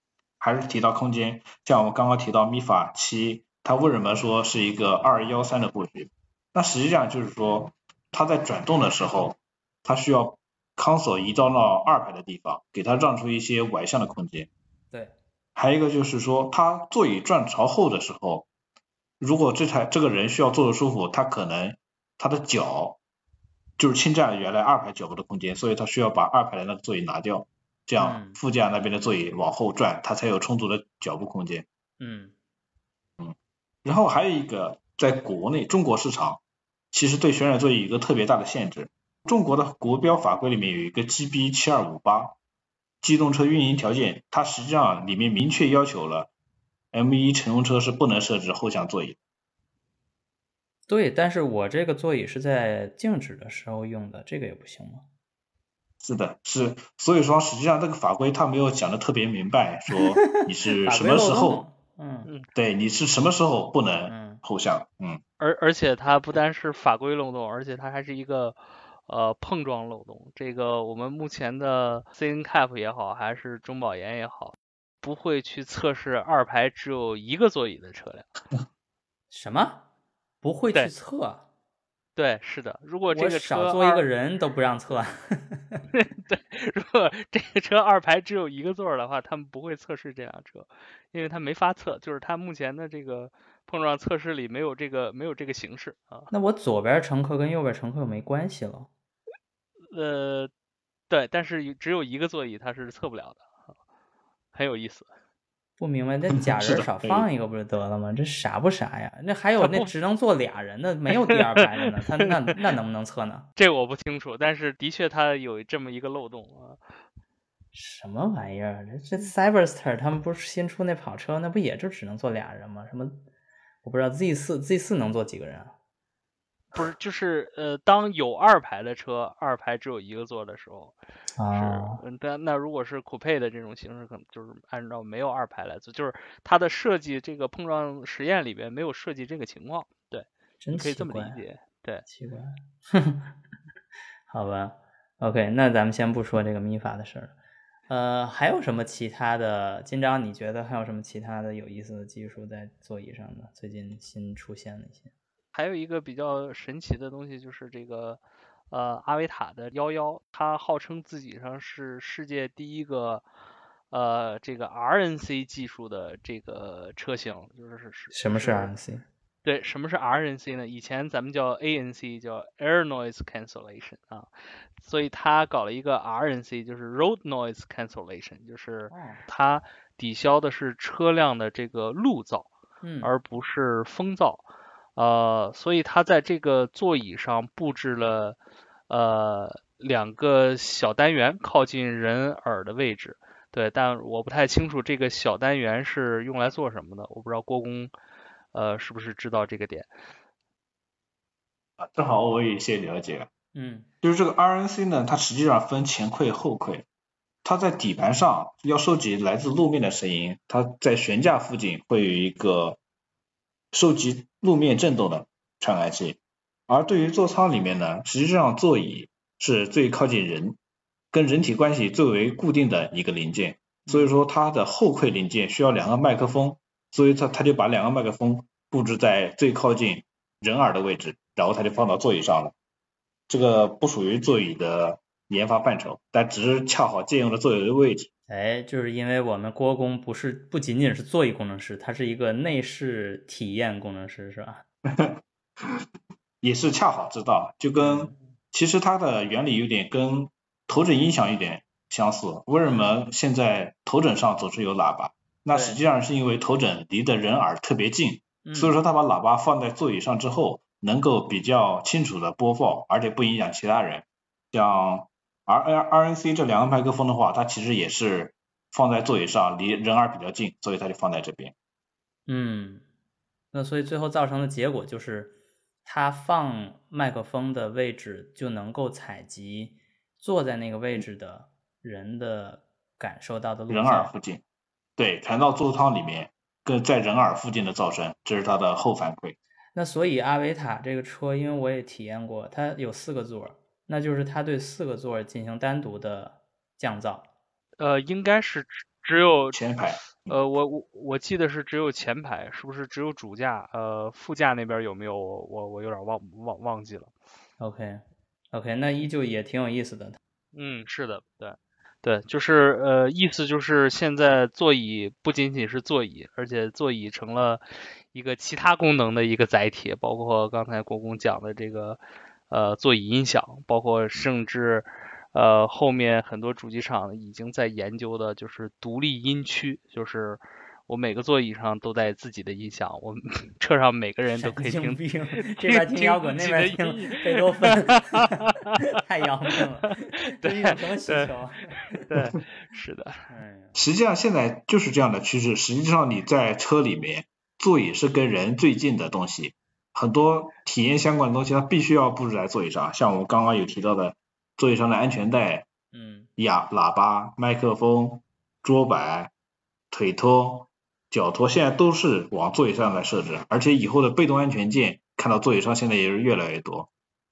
还是提到空间，像我们刚刚提到 MIFA 7，它为什么说是一个213的布局？那实际上就是说，它在转动的时候，它需要 console 移到那2排的地方，给它让出一些拐向的空间。 对， 还有一个就是说，它座椅转朝后的时候，如果这个人需要坐得舒服，他可能他的脚就是侵占了原来2排脚部的空间，所以他需要把2排的那个座椅拿掉，这样副驾那边的座椅往后转，它才有充足的脚部空间。然后还有一个，在国内中国市场，其实对旋转座椅有一个特别大的限制。中国的国标法规里面有一个 GB7258 机动车运营条件，它实际上里面明确要求了 M1 乘用车是不能设置后向座椅。 对，但是我这个座椅是在静止的时候用的，这个也不行吗？ 是的，是，所以说实际上这个法规它没有讲的特别明白，说你是什么时候，对，你是什么时候不能后向， 而且它不单是法规漏洞，而且它还是一个碰撞漏洞。这个我们目前的 CNCAP 也好，还是中保研也好，不会去测试2排只有一个座椅的车辆。 什么？不会去测？ 对，是的。如果这个车我少坐一个人都不让测。 对，如果这个车2排只有一个座的话，他们不会测试这辆车，因为它没法测，就是它目前的这个碰撞测试里没有这个形式啊。 那我左边乘客跟右边乘客没关系了。 对，但是只有一个座椅它是测不了的，很有意思。 不明白，那假人少放一个不就得了吗？这傻不傻呀？那还有那只能坐俩人的，没有第2排的呢，他那能不能测呢？ 这我不清楚，但是的确它有这么一个漏洞啊。 什么玩意儿？这 Cyberster 他们不是新出那跑车，那不也就只能坐俩人吗？什么我不知道 Z4 能坐几个人啊？ 不是，就是当有2排的车，2排只有一个座的时候，是，那如果是酷配的这种形式，可能就是按照没有2排来做，就是它的设计这个碰撞实验里边没有设计这个情况，对， 真你可以这么理解，对， 奇怪，好吧 ，OK， 那咱们先不说这个咪法的事儿，还有什么其他的？金章，你觉得还有什么其他的有意思的技术在座椅上呢？最近新出现的一些？ 还有一个比较神奇的东西就是这个阿维塔的11，它号称自己上是世界第一个这个 RNC 技术的这个车型，就是什么是 RNC？ 对，什么是 RNC 呢？以前咱们叫 ANC，叫 Air Noise Cancellation 啊，所以它搞了一个 RNC，就是 Road Noise Cancellation，就是它抵消的是车辆的这个路噪，而不是风噪。所以它在这个座椅上布置了2个小单元，靠近人耳的位置。对，但我不太清楚这个小单元是用来做什么的，我不知道郭工是不是知道这个点？ 正好我有一些了解。就是这个 RNC 呢，它实际上分前馈后馈。它在底盘上要收集来自路面的声音，它在悬架附近会有一个收集路面震动的传感器。而对于座舱里面呢，实际上座椅是最靠近人，跟人体关系最为固定的一个零件，所以说它的后馈零件需要2个麦克风，所以它就把2个麦克风布置在最靠近人耳的位置，然后它就放到座椅上了。这个不属于座椅的研发范畴，但只是恰好借用了座椅的位置。 就是因为我们郭工不仅仅是座椅工程师，他是一个内饰体验工程师，是吧？ 也是恰好知道，就跟其实它的原理有点跟头枕音响有点相似。为什么现在头枕上总是有喇叭？那实际上是因为头枕离的人耳特别近，所以说他把喇叭放在座椅上之后，能够比较清楚的播放，而且不影响其他人。像 RNC 这2个麦克风的话，它其实也是放在座椅上，离人耳比较近，所以它就放在这边。 那所以最后造成的结果就是，它放麦克风的位置就能够采集坐在那个位置的人的感受到的路噪。 人耳附近，对，传到座舱里面，跟在人耳附近的噪声，这是它的后反馈。 那所以阿维塔这个车，因为我也体验过，它有4个座，那就是它对4个座进行单独的降噪。 应该是只有前排。 我记得是只有前排，是不是只有主驾？副驾那边有没有？我有点忘记了。 OK，那依旧也挺有意思的。 是的，对，就是意思就是现在座椅不仅仅是座椅，而且座椅成了一个其他功能的一个载体，包括刚才国公讲的这个座椅音响，包括甚至后面很多主机厂已经在研究的就是独立音区，就是我每个座椅上都带自己的音响，我们车上每个人都可以听这边听摇滚，那边听贝多芬，太要命了，这是一种什么需求？ 对，是的。 实际上现在就是这样的趋势。实际上你在车里面，座椅是跟人最近的东西，很多体验相关的东西它必须要布置在座椅上，像我们刚刚有提到的座椅上的安全带、喇叭、麦克风、桌板、腿托、脚托，现在都是往座椅上来设置，而且以后的被动安全键看到座椅上现在也是越来越多。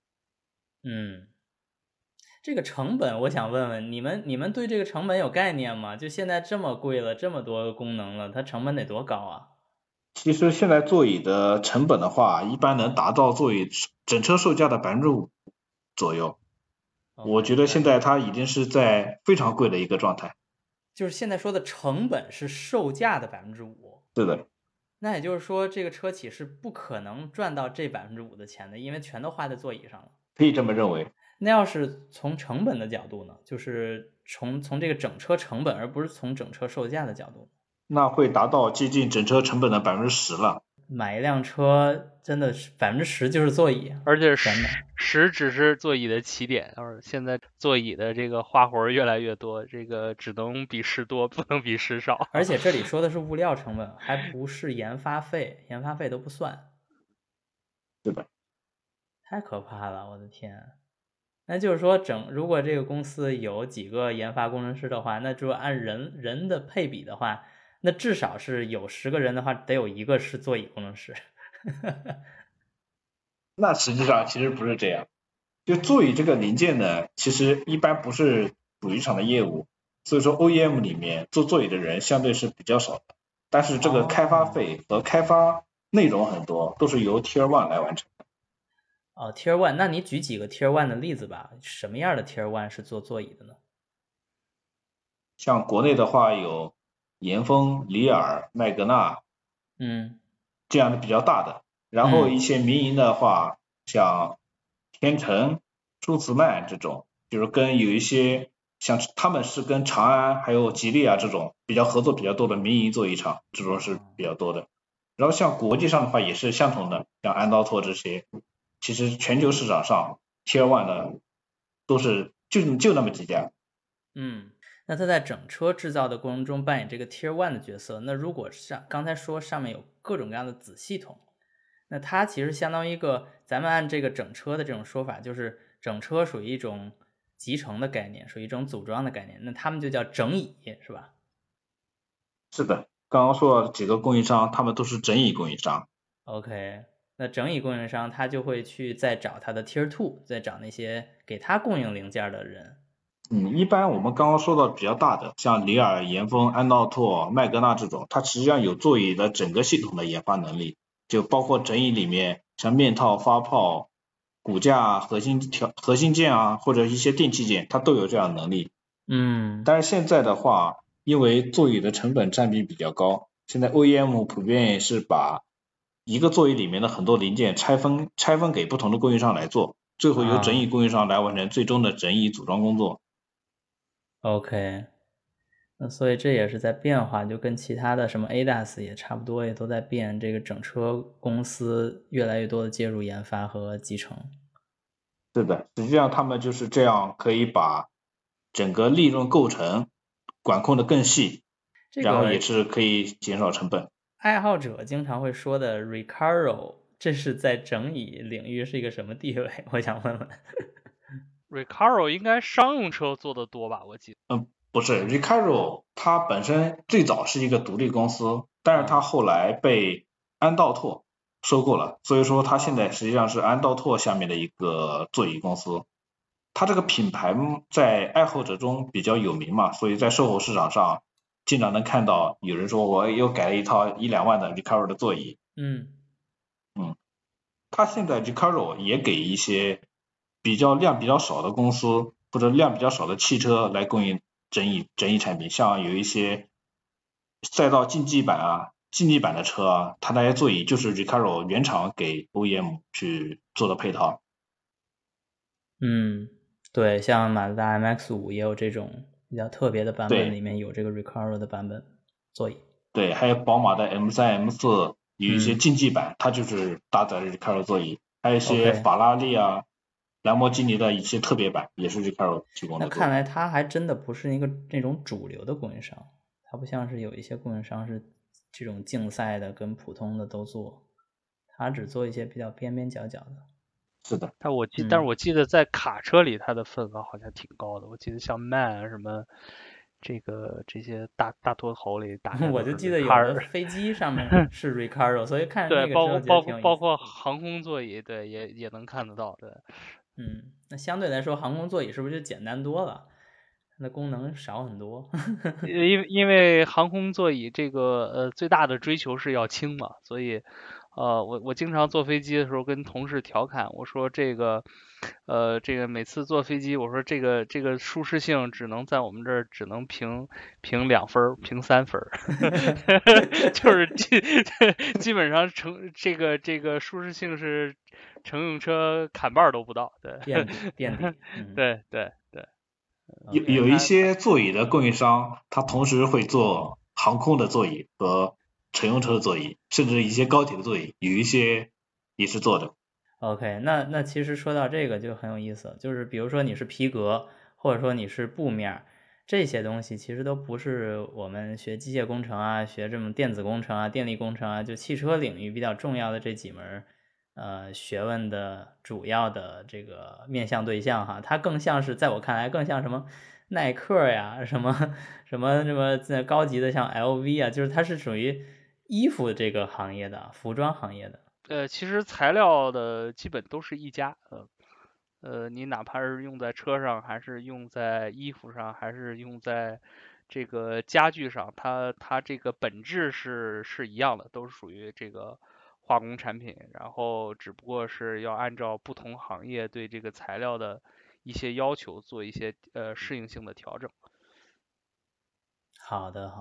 这个成本我想问问你们对这个成本有概念吗？就现在这么贵了，这么多功能了，它成本得多高啊？ 其实现在座椅的成本的话，一般能达到座椅整车售价的5%左右。我觉得现在它已经是在非常贵的一个状态。 就是现在说的成本是售价的5%。 对的。 那也就是说，这个车企是不可能赚到这5%的钱的，因为全都花在座椅上了。 可以这么认为。 那要是从成本的角度呢，就是从这个整车成本，而不是从整车售价的角度， 那会达到接近整车成本的10%了。 买一辆车真的是10%就是座椅， 而且10只是座椅的起点，现在座椅的这个花活越来越多，这个只能比10多，不能比10少。 而且这里说的是物料成本，还不是研发费，研发费都不算。 对吧？ 太可怕了，我的天！那就是说如果这个公司有几个研发工程师的话，那就按人的配比的话，那至少是有10个人的话，得有1个是座椅工程师。 那实际上其实不是这样，就座椅这个零件呢，其实一般不是主机厂的业务，所以说 OEM 里面做座椅的人相对是比较少的，但是这个开发费和开发内容很多都是由 Tier 1来完成的。 Tier 1， 那你举几个 Tier 1的例子吧？什么样的 Tier 1是做座椅的呢？ 像国内的话有岩峰、里尔、麦格纳，这样的比较大的。然后一些民营的话，像天成、舒茨曼这种，就是跟有一些像他们是跟长安还有吉利啊这种比较合作比较多的民营座椅厂，这种是比较多的。然后像国际上的话也是相同的，像安道拓这些，其实全球市场上 Tier 1的都是就那么几家。 那他在整车制造的过程中扮演这个 Tier 1的角色，那如果刚才说上面有各种各样的子系统，那它其实相当于一个，咱们按这个整车的这种说法，就是整车属于一种集成的概念，属于一种组装的概念，那他们就叫整椅，是吧？ 是的，刚刚说到几个供应商，他们都是整椅供应商。 OK， 那整椅供应商他就会去再找他的 Tier 2，再找那些给他供应零件的人。 一般我们刚刚说到比较大的，像里尔、岩峰、安道拓、麦格纳这种，它实际上有座椅的整个系统的研发能力，就包括整椅里面像面套、发泡、骨架、核心件啊，或者一些电器件，它都有这样的能力。但是现在的话，因为座椅的成本占比比较高，现在 OEM 普遍是把一个座椅里面的很多零件拆分给不同的供应商来做，最后由整椅供应商来完成最终的整椅组装工作。 OK， 那所以这也是在变化，就跟其他的什么 ADAS 也差不多，也都在变，这个整车公司越来越多的介入研发和集成。 是的，实际上他们就是这样可以把整个利润构成管控的更细，然后也是可以减少成本。 爱好者经常会说的 Recaro， 这是在整椅领域是一个什么地位？我想问问。 Recaro 应该商用车做的多吧，我记得。 不是 Recaro， 它本身最早是一个独立公司，但是它后来被安道拓收购了，所以说它现在实际上是安道拓下面的一个座椅公司。它这个品牌在爱好者中比较有名嘛，所以在售后市场上经常能看到有人说我又改了一套1-2万的 Recaro 的座椅。他现在 Recaro 也给一些量比较少的公司或者量比较少的汽车来供应整椅产品，像有一些赛道竞技版的车啊，它那些座椅就是 Recaro 原厂给 OEM 去做的配套。 对，像马自达 MX-5 也有这种比较特别的版本，里面有这个 Recaro 的版本座椅。 对，还有宝马的 M3、M4 有一些竞技版，它就是搭载 Recaro 座椅，还有一些法拉利兰博基尼的一些特别版也是 Recaro 提供的。 那看来它还真的不是一个那种主流的供应商，它不像是有一些供应商是这种竞赛的跟普通的都做，它只做一些比较边边角角的。 是的， 但是我记得在卡车里它的份额好像挺高的，我记得像 MAN 什么这些大拖头里打开我就记得有的飞机上面是 Recaro 所以看那个车包括航空座椅，对，也能看得到，对。 那相对来说航空座椅是不是就简单多了？它的功能少很多。 因为航空座椅这个最大的追求是要轻嘛，所以我经常坐飞机的时候跟同事调侃，我说这个每次坐飞机，我说这个舒适性只能在我们这儿只能评2分，评3分，就是基本上这个舒适性是乘用车砍半都不到，对， 垫底， 对。 有一些座椅的供应商，他同时会做航空的座椅和乘用车的座椅，甚至一些高铁的座椅，有一些也是做的。 OK， 那其实说到这个就很有意思，就是比如说你是皮革，或者说你是布面，这些东西其实都不是我们学机械工程啊，学这种电子工程啊、电力工程啊，就汽车领域比较重要的这几门学问的主要的这个面向对象哈，它更像是在我看来更像什么耐克呀，什么高级的像 LV 啊，就是它是属于衣服这个行业的，服装行业的。 其实材料的基本都是一家，你哪怕是用在车上，还是用在衣服上，还是用在这个家具上，它这个本质是一样的，都是属于这个化工产品，然后只不过是要按照不同行业对这个材料的一些要求做一些适应性的调整。 好的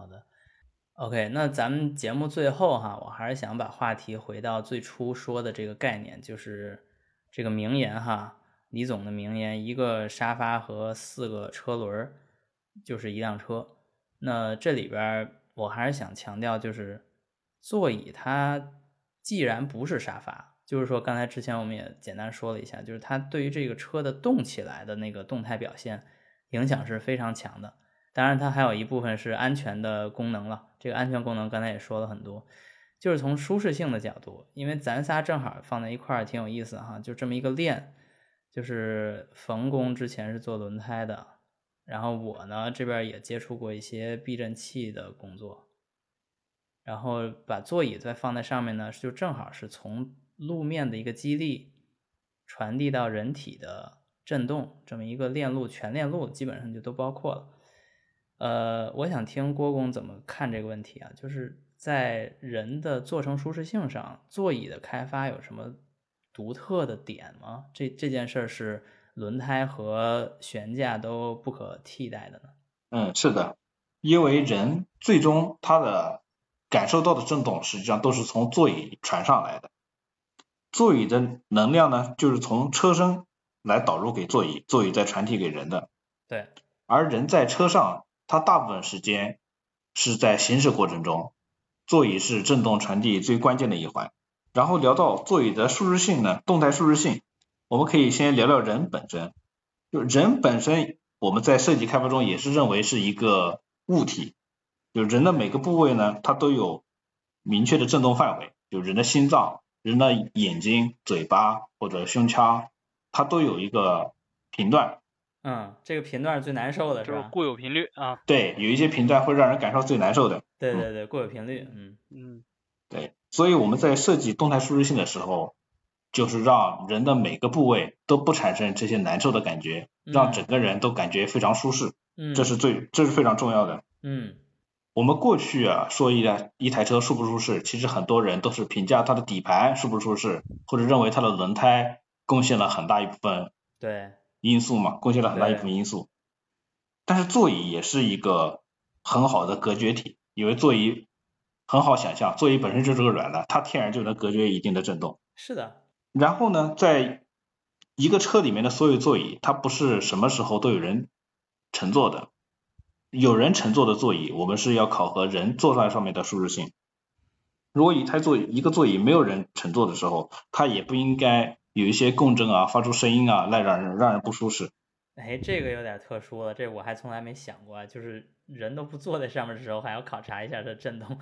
，OK， 那咱们节目最后哈，我还是想把话题回到最初说的这个概念，就是这个名言哈，李总的名言，一个沙发和4个车轮就是一辆车。那这里边我还是想强调，就是座椅它既然不是沙发，就是说刚才之前我们也简单说了一下，就是它对于这个车的动起来的那个动态表现影响是非常强的。当然它还有一部分是安全的功能了，这个安全功能刚才也说了很多，就是从舒适性的角度，因为咱仨正好放在一块儿挺有意思哈，就这么一个链，就是冯工之前是做轮胎的，然后我呢这边也接触过一些避震器的工作，然后把座椅再放在上面呢，就正好是从路面的一个激励传递到人体的震动，这么一个链路，全链路基本上就都包括了。我想听郭工怎么看这个问题啊？就是在人的坐乘舒适性上，座椅的开发有什么独特的点吗？这件事是轮胎和悬架都不可替代的呢？ 是的，因为人最终他的感受到的震动实际上都是从座椅传上来的，座椅的能量呢就是从车身来导入给座椅，座椅再传递给人的。 对， 而人在车上它大部分时间是在行驶过程中，座椅是振动传递最关键的一环。然后聊到座椅的舒适性呢，动态舒适性，我们可以先聊聊人本身。就人本身我们在设计开发中也是认为是一个物体，就人的每个部位呢它都有明确的振动范围，就人的心脏、人的眼睛、嘴巴或者胸腔，它都有一个频段。 这个频段是最难受的， 就是固有频率啊。 对，有一些频段会让人感受最难受的。 对，固有频率。 对，所以我们在设计动态舒适性的时候，就是让人的每个部位都不产生这些难受的感觉，让整个人都感觉非常舒适。这是非常重要的。 我们过去啊说一台车舒不舒适，其实很多人都是评价它的底盘舒不舒适，或者认为它的轮胎贡献了很大一部分对因素嘛，贡献了很大一部分对， 因素。但是座椅也是一个很好的隔绝体，因为座椅很好想象，座椅本身就是个软的，它天然就能隔绝一定的震动。 是的， 然后呢，在一个车里面的所有座椅，它不是什么时候都有人乘坐的，有人乘坐的座椅，我们是要考核人坐在上面的舒适性。如果一个座椅没有人乘坐的时候，它也不应该有一些共振啊、发出声音啊，来让人不舒适。 哎，这个有点特殊了，这我还从来没想过，就是人都不坐在上面的时候，还要考察一下它震动。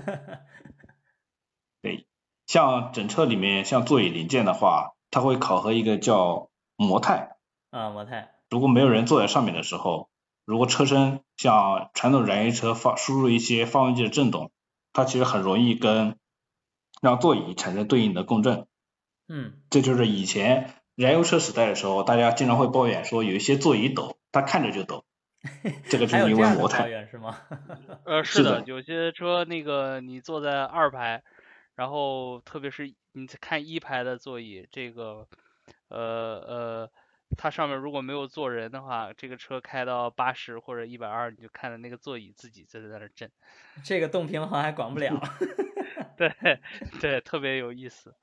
对，像整车里面像座椅零件的话，它会考核一个叫模态。 啊，模态。 如果没有人坐在上面的时候，如果车身像传统燃油车输入一些发动机的震动，它其实很容易让座椅产生对应的共振。这就是以前燃油车时代的时候，大家经常会抱怨说有一些座椅抖，它看着就抖，这个就是因为模态。 还有这样的抱怨是吗？ 是的，有些车那个你坐在2排，然后特别是你看1排的座椅，这个它上面如果没有坐人的话，这个车开到80或者120，你就看着那个座椅自己在那震。 这个动平衡还管不了。 对对，特别有意思。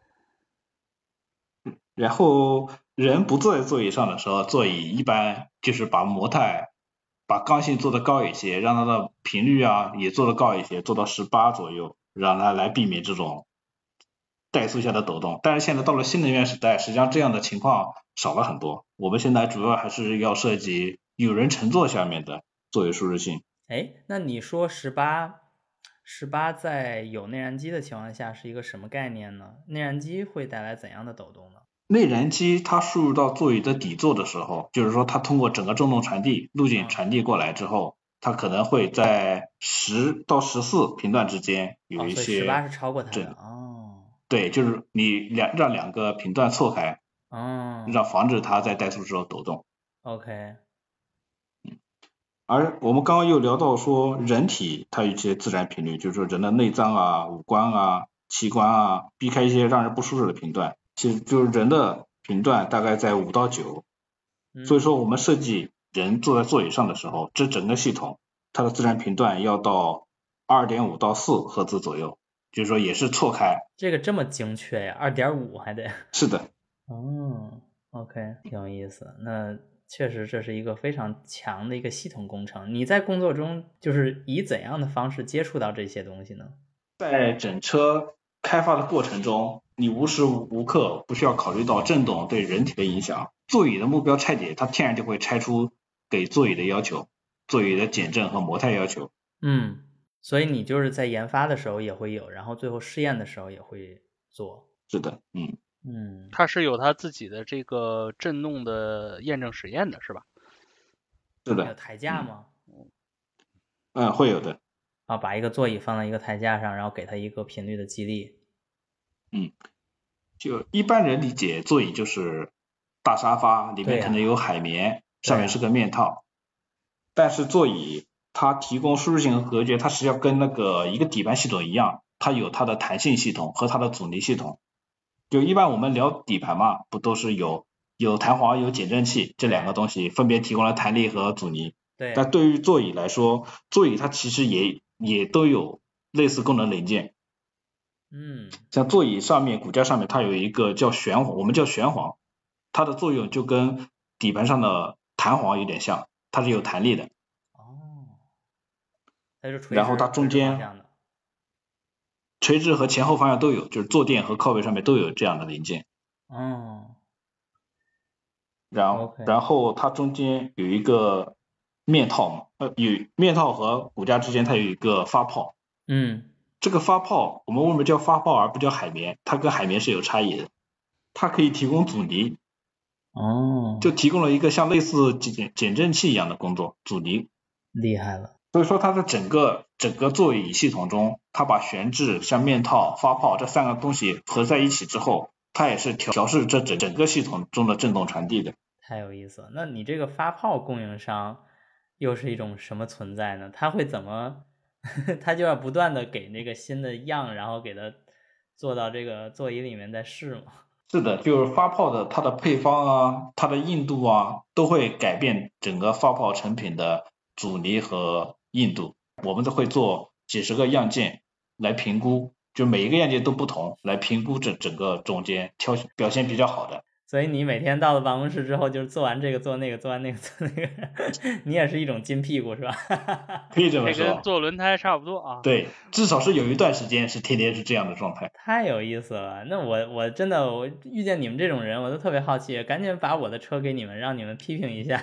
然后人不坐在座椅上的时候，座椅一般就是把模态、把刚性做得高一些，让它的频率啊也做得高一些，做到18左右，让它来避免这种怠速下的抖动。但是现在到了新能源时代，实际上这样的情况少了很多。我们现在主要还是要涉及有人乘坐下面的座椅舒适性。 哎，那你说18在有内燃机的情况下是一个什么概念呢？内燃机会带来怎样的抖动呢？ 内燃机它输入到座椅的底座的时候，就是说它通过整个振动传递路径传递过来之后，它可能会在10到14频段之间有一些所以18是超过它的哦。 对，就是你让两个频段错开，让防止它在怠速时候抖动。 OK。 而我们刚刚又聊到说人体它有一些自然频率，就是说人的内脏啊、五官啊、器官啊，避开一些让人不舒适的频段，其实就是人的频段大概在5到9。所以说我们设计人坐在座椅上的时候，这整个系统它的自然频段要到 2.5 到4赫兹左右，就是说也是错开。 这个这么精确呀，2.5还得。 是的。 OK， 挺有意思。那确实这是一个非常强的一个系统工程。你在工作中就是以怎样的方式接触到这些东西呢？ 在整车开发的过程中，你无时无刻不需要考虑到震动对人体的影响。座椅的目标拆解，它天然就会拆出给座椅的要求，座椅的减震和模态要求。 所以你就是在研发的时候也会有，然后最后试验的时候也会做。 是的。 它是有它自己的这个震动的验证实验的是吧？ 是的。 有台架吗？ 会有的。 把一个座椅放在一个台架上，然后给它一个频率的激励。 就一般人理解座椅就是大沙发，里面可能有海绵，上面是个面套。但是座椅它提供舒适性和隔绝，它实际上跟那个一个底盘系统一样，它有它的弹性系统和它的阻尼系统。就一般我们聊底盘嘛，不都是有弹簧有减震器这两个东西分别提供了弹力和阻尼。 对。 但对于座椅来说，座椅它其实也都有类似功能零件。像座椅上面骨架上面它有一个叫旋簧，我们叫旋簧，它的作用就跟底盘上的弹簧有点像，它是有弹力的。然后它中间垂直和前后方向都有，就是坐垫和靠背上面都有这样的零件。然后它中间有一个面套嘛，有面套和骨架之间它有一个发泡。这个发泡我们为什么叫发泡而不叫海绵？它跟海绵是有差异的，它可以提供阻尼。就提供了一个像类似减震器一样的工作，阻尼。 厉害了。 所以说它的整个座椅系统中，它把悬置、像面套、发泡这3个东西合在一起之后，它也是调试这整个系统中的振动传递的。 太有意思了。那你这个发泡供应商又是一种什么存在呢？它会怎么他就要不断的给那个新的样，然后给它做到这个座椅里面再试嘛。 是的，就是发泡的它的配方啊，它的硬度啊，都会改变整个发泡成品的阻尼和硬度。我们都会做几十个样件来评估，就每一个样件都不同，来评估这整个中间挑选表现比较好的。 所以你每天到了办公室之后，就是做完这个做那个，做完那个做那个，你也是一种金屁股是吧？ 可以这么这跟说。 做轮胎差不多啊。 对，至少是有一段时间是天天是这样的状态。 太有意思了，那我真的我遇见你们这种人，我都特别好奇，赶紧把我的车给你们，让你们批评一下。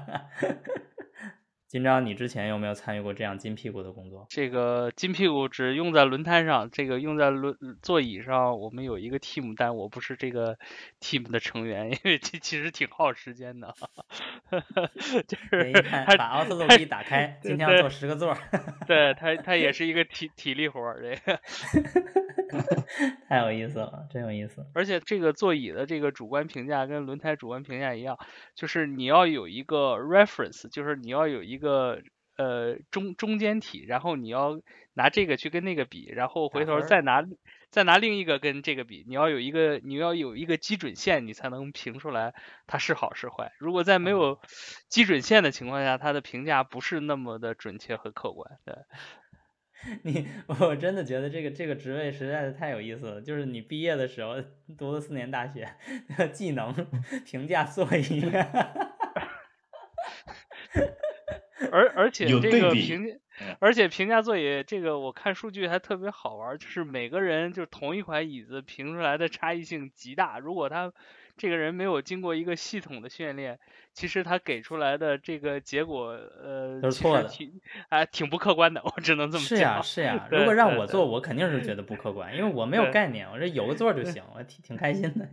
今朝，你之前有没有参与过这样金屁股的工作？ 这个金屁股只用在轮胎上，这个用在座椅上，我们有一个 team，但我不是这个 team 的成员，因为这其实挺耗时间的。就是一看把奥特洛一打开，今天要做10个座。 对，它也是一个体力活儿，这个。 太有意思了，真有意思。 而且这个座椅的这个主观评价跟轮胎主观评价一样，就是你要有一个 reference，就是你要有一个中间体，然后你要拿这个去跟那个比，然后回头再拿另一个跟这个比，你要有一个基准线，你才能评出来它是好是坏。如果在没有基准线的情况下，它的评价不是那么的准确和客观。对。 我真的觉得这个职位实在是太有意思了。就是你毕业的时候读了4年大学，技能评价座椅， 而且有这个对比。 而且评价座椅这个我看数据还特别好玩，就是每个人就同一款椅子评出来的差异性极大。如果他这个人没有经过一个系统的训练，其实他给出来的这个结果， 都是错的， 挺不客观的，我只能这么讲。 是呀是呀，如果让我做，我肯定是觉得不客观，因为我没有概念，我这有个座就行，我挺开心的。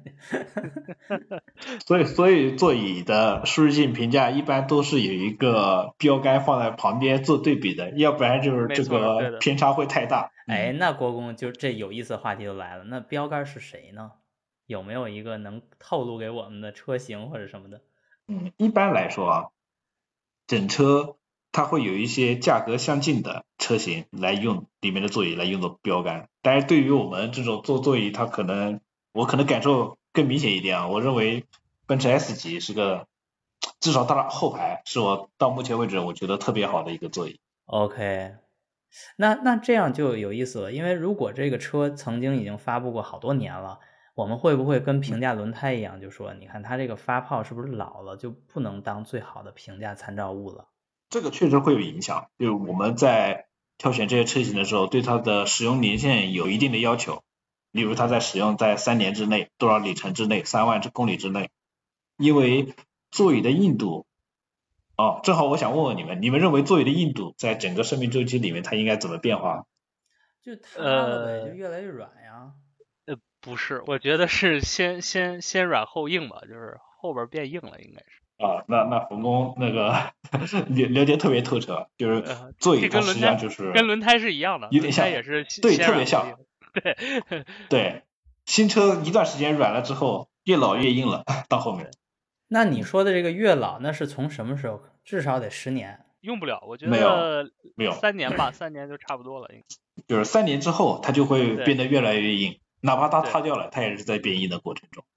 所以座椅的舒适性评价一般都是有一个标杆放在旁边做对比的，要不然就是这个偏差会太大。 哎，那国公就这有意思的话题就来了，那标杆是谁呢？有没有一个能透露给我们的车型或者什么的？ 一般来说啊，整车它会有一些价格相近的车型来用里面的座椅来用作标杆，但是对于我们这种做座椅，它我可能感受更明显一点啊。我认为奔驰 S 级是个，至少它的后排是我到目前为止我觉得特别好的一个座椅。 OK，那这样就有意思了，因为如果这个车曾经已经发布过好多年了，我们会不会跟评价轮胎一样，就说你看它这个发泡是不是老了，就不能当最好的评价参照物了？ 这个确实会有影响，就是我们在挑选这些车型的时候，对它的使用年限有一定的要求，例如它在使用在3年之内，多少里程之内，3万公里之内，因为座椅的硬度。正好我想问问你们认为座椅的硬度在整个生命周期里面它应该怎么变化？ 就塌了呗，就越来越软呀。 不是，我觉得是先软后硬吧，就是后边变硬了，应该是。 那冯工那个了解特别透彻，就是座椅它实际上就是跟轮胎是一样的， 有点像， 也是对，特别像， 对， 新车一段时间软了之后，越老越硬了，到后面。 那你说的这个越老，那是从什么时候？至少得10年。 用不了，我觉得没有 3年吧，3年就差不多了。 就是3年之后，它就会变得越来越硬，哪怕它塌掉了，它也是在变硬的过程中。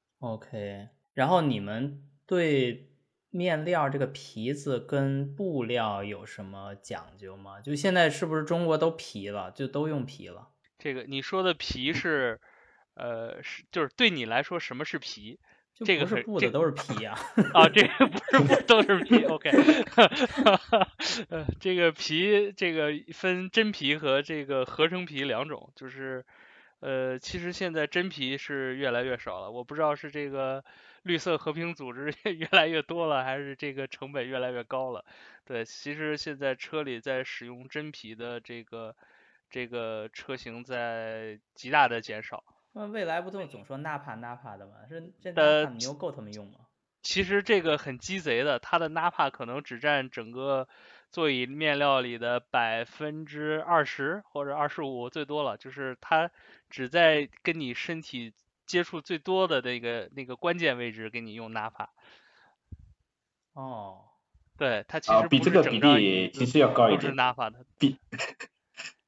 OK，然后你们对面料这个皮子跟布料有什么讲究吗？就现在是不是中国都皮了，就都用皮了？ 这个你说的皮是，就是对你来说什么是皮？这个不是布的都是皮啊！ 这个不是布都是皮，OK。这个皮这个分真皮和这个合成皮2种，就是其实现在真皮是越来越少了，我不知道是这个绿色和平组织越来越多了，还是这个成本越来越高了。对，其实现在车里在使用真皮的这个车型在极大的减少。 那未来不都总说纳帕的吗？是这纳帕牛够他们用吗？ 其实这个很鸡贼的，它的纳帕可能只占整个座椅面料里的20%或者25%最多了，就是它只在跟你身体接触最多的那个关键位置给你用纳帕。 哦， 对，它其实比这个比例其实要高一点。 都是纳帕的。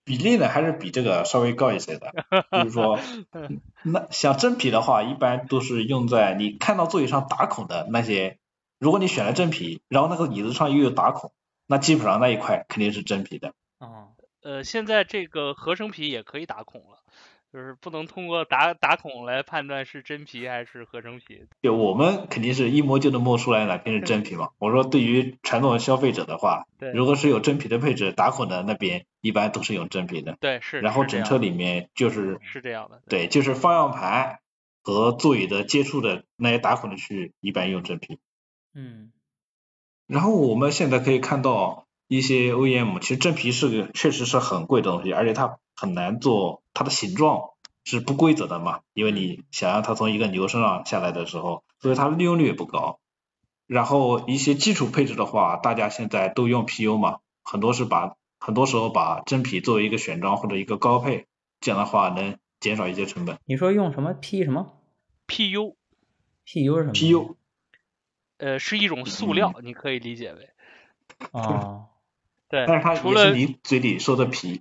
比例呢还是比这个稍微高一些的，就是说，那像真皮的话，一般都是用在你看到座椅上打孔的那些，如果你选了真皮，然后那个椅子上又有打孔，那基本上那一块肯定是真皮的。 哦， 现在这个合成皮也可以打孔了，就是不能通过打孔来判断是真皮还是合成皮。 就我们肯定是一摸就能摸出来哪边是真皮嘛。我说对于传统消费者的话， 对， 如果是有真皮的配置，打孔的那边一般都是用真皮的。 对，是。 然后整车里面就是这样的。 对，就是方向盘和座椅的接触的那些打孔的区域，一般用真皮。 嗯。 然后我们现在可以看到一些 OEM， 其实真皮确实是很贵的东西，而且它很难做，它的形状是不规则的嘛，因为你想让它从一个牛身上下来的时候，所以它的利用率也不高。然后一些基础配置的话，大家现在都用 PU 嘛，很多时候把真皮作为一个选装或者一个高配，这样的话能减少一些成本。 你说用什么 P 什么 PU 是什么 PU 是一种塑料，你可以理解为。 哦， 对， 但是它也是你嘴里说的皮。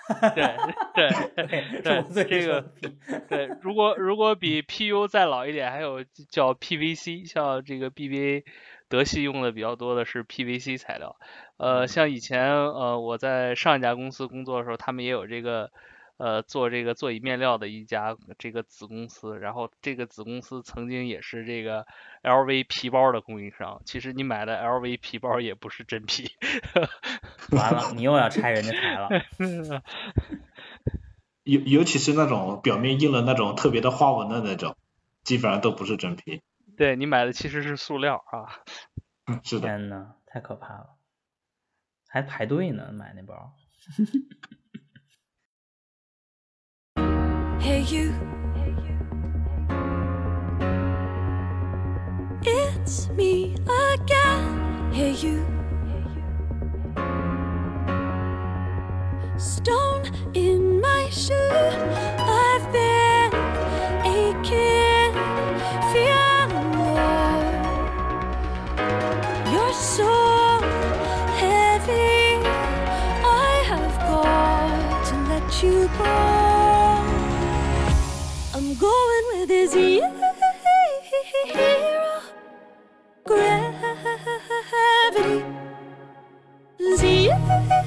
对，这个对，如果比 PU 再老一点，还有叫 PVC， 像这个 BBA 德系用的比较多的是 PVC 材料。像以前我在上一家公司工作的时候，他们也有这个做这个座椅面料的一家这个子公司，然后这个子公司曾经也是这个 LV 皮包的供应商。其实你买的 LV 皮包也不是真皮。 完了，你又要拆人家台了。 尤其是那种表面印了那种特别的花纹的那种，基本上都不是真皮。 对，你买的其实是塑料啊。 是的。 天哪，太可怕了，还排队呢买那包。 Hey you, it's me again. Hey you, stone in my shoe. I've been aching, feeling low. You're so heavy, I have got to let you go. I'm going with his hero, gravity. Zero,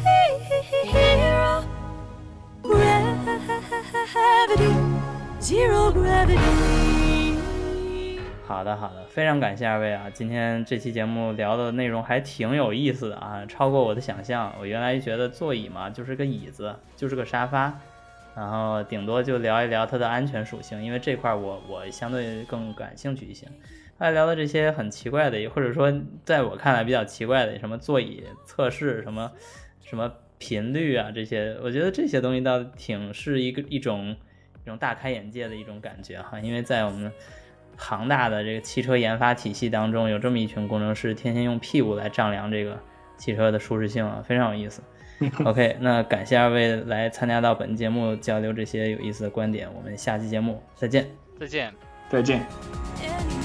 gravity, zero gravity. 好的，非常感谢二位啊！今天这期节目聊的内容还挺有意思的啊，超过我的想象。我原来觉得座椅嘛，就是个椅子，就是个沙发，然后顶多就聊一聊它的安全属性，因为这块我相对更感兴趣一些。还聊的这些很奇怪的，或者说在我看来比较奇怪的，什么座椅测试，什么频率啊，这些，我觉得这些东西倒挺是一种大开眼界的一种感觉哈，因为在我们庞大的这个汽车研发体系当中，有这么一群工程师天天用屁股来丈量这个汽车的舒适性啊，非常有意思。OK， 那感谢二位来参加到本节目交流这些有意思的观点，我们下期节目再见。 再见。 再见。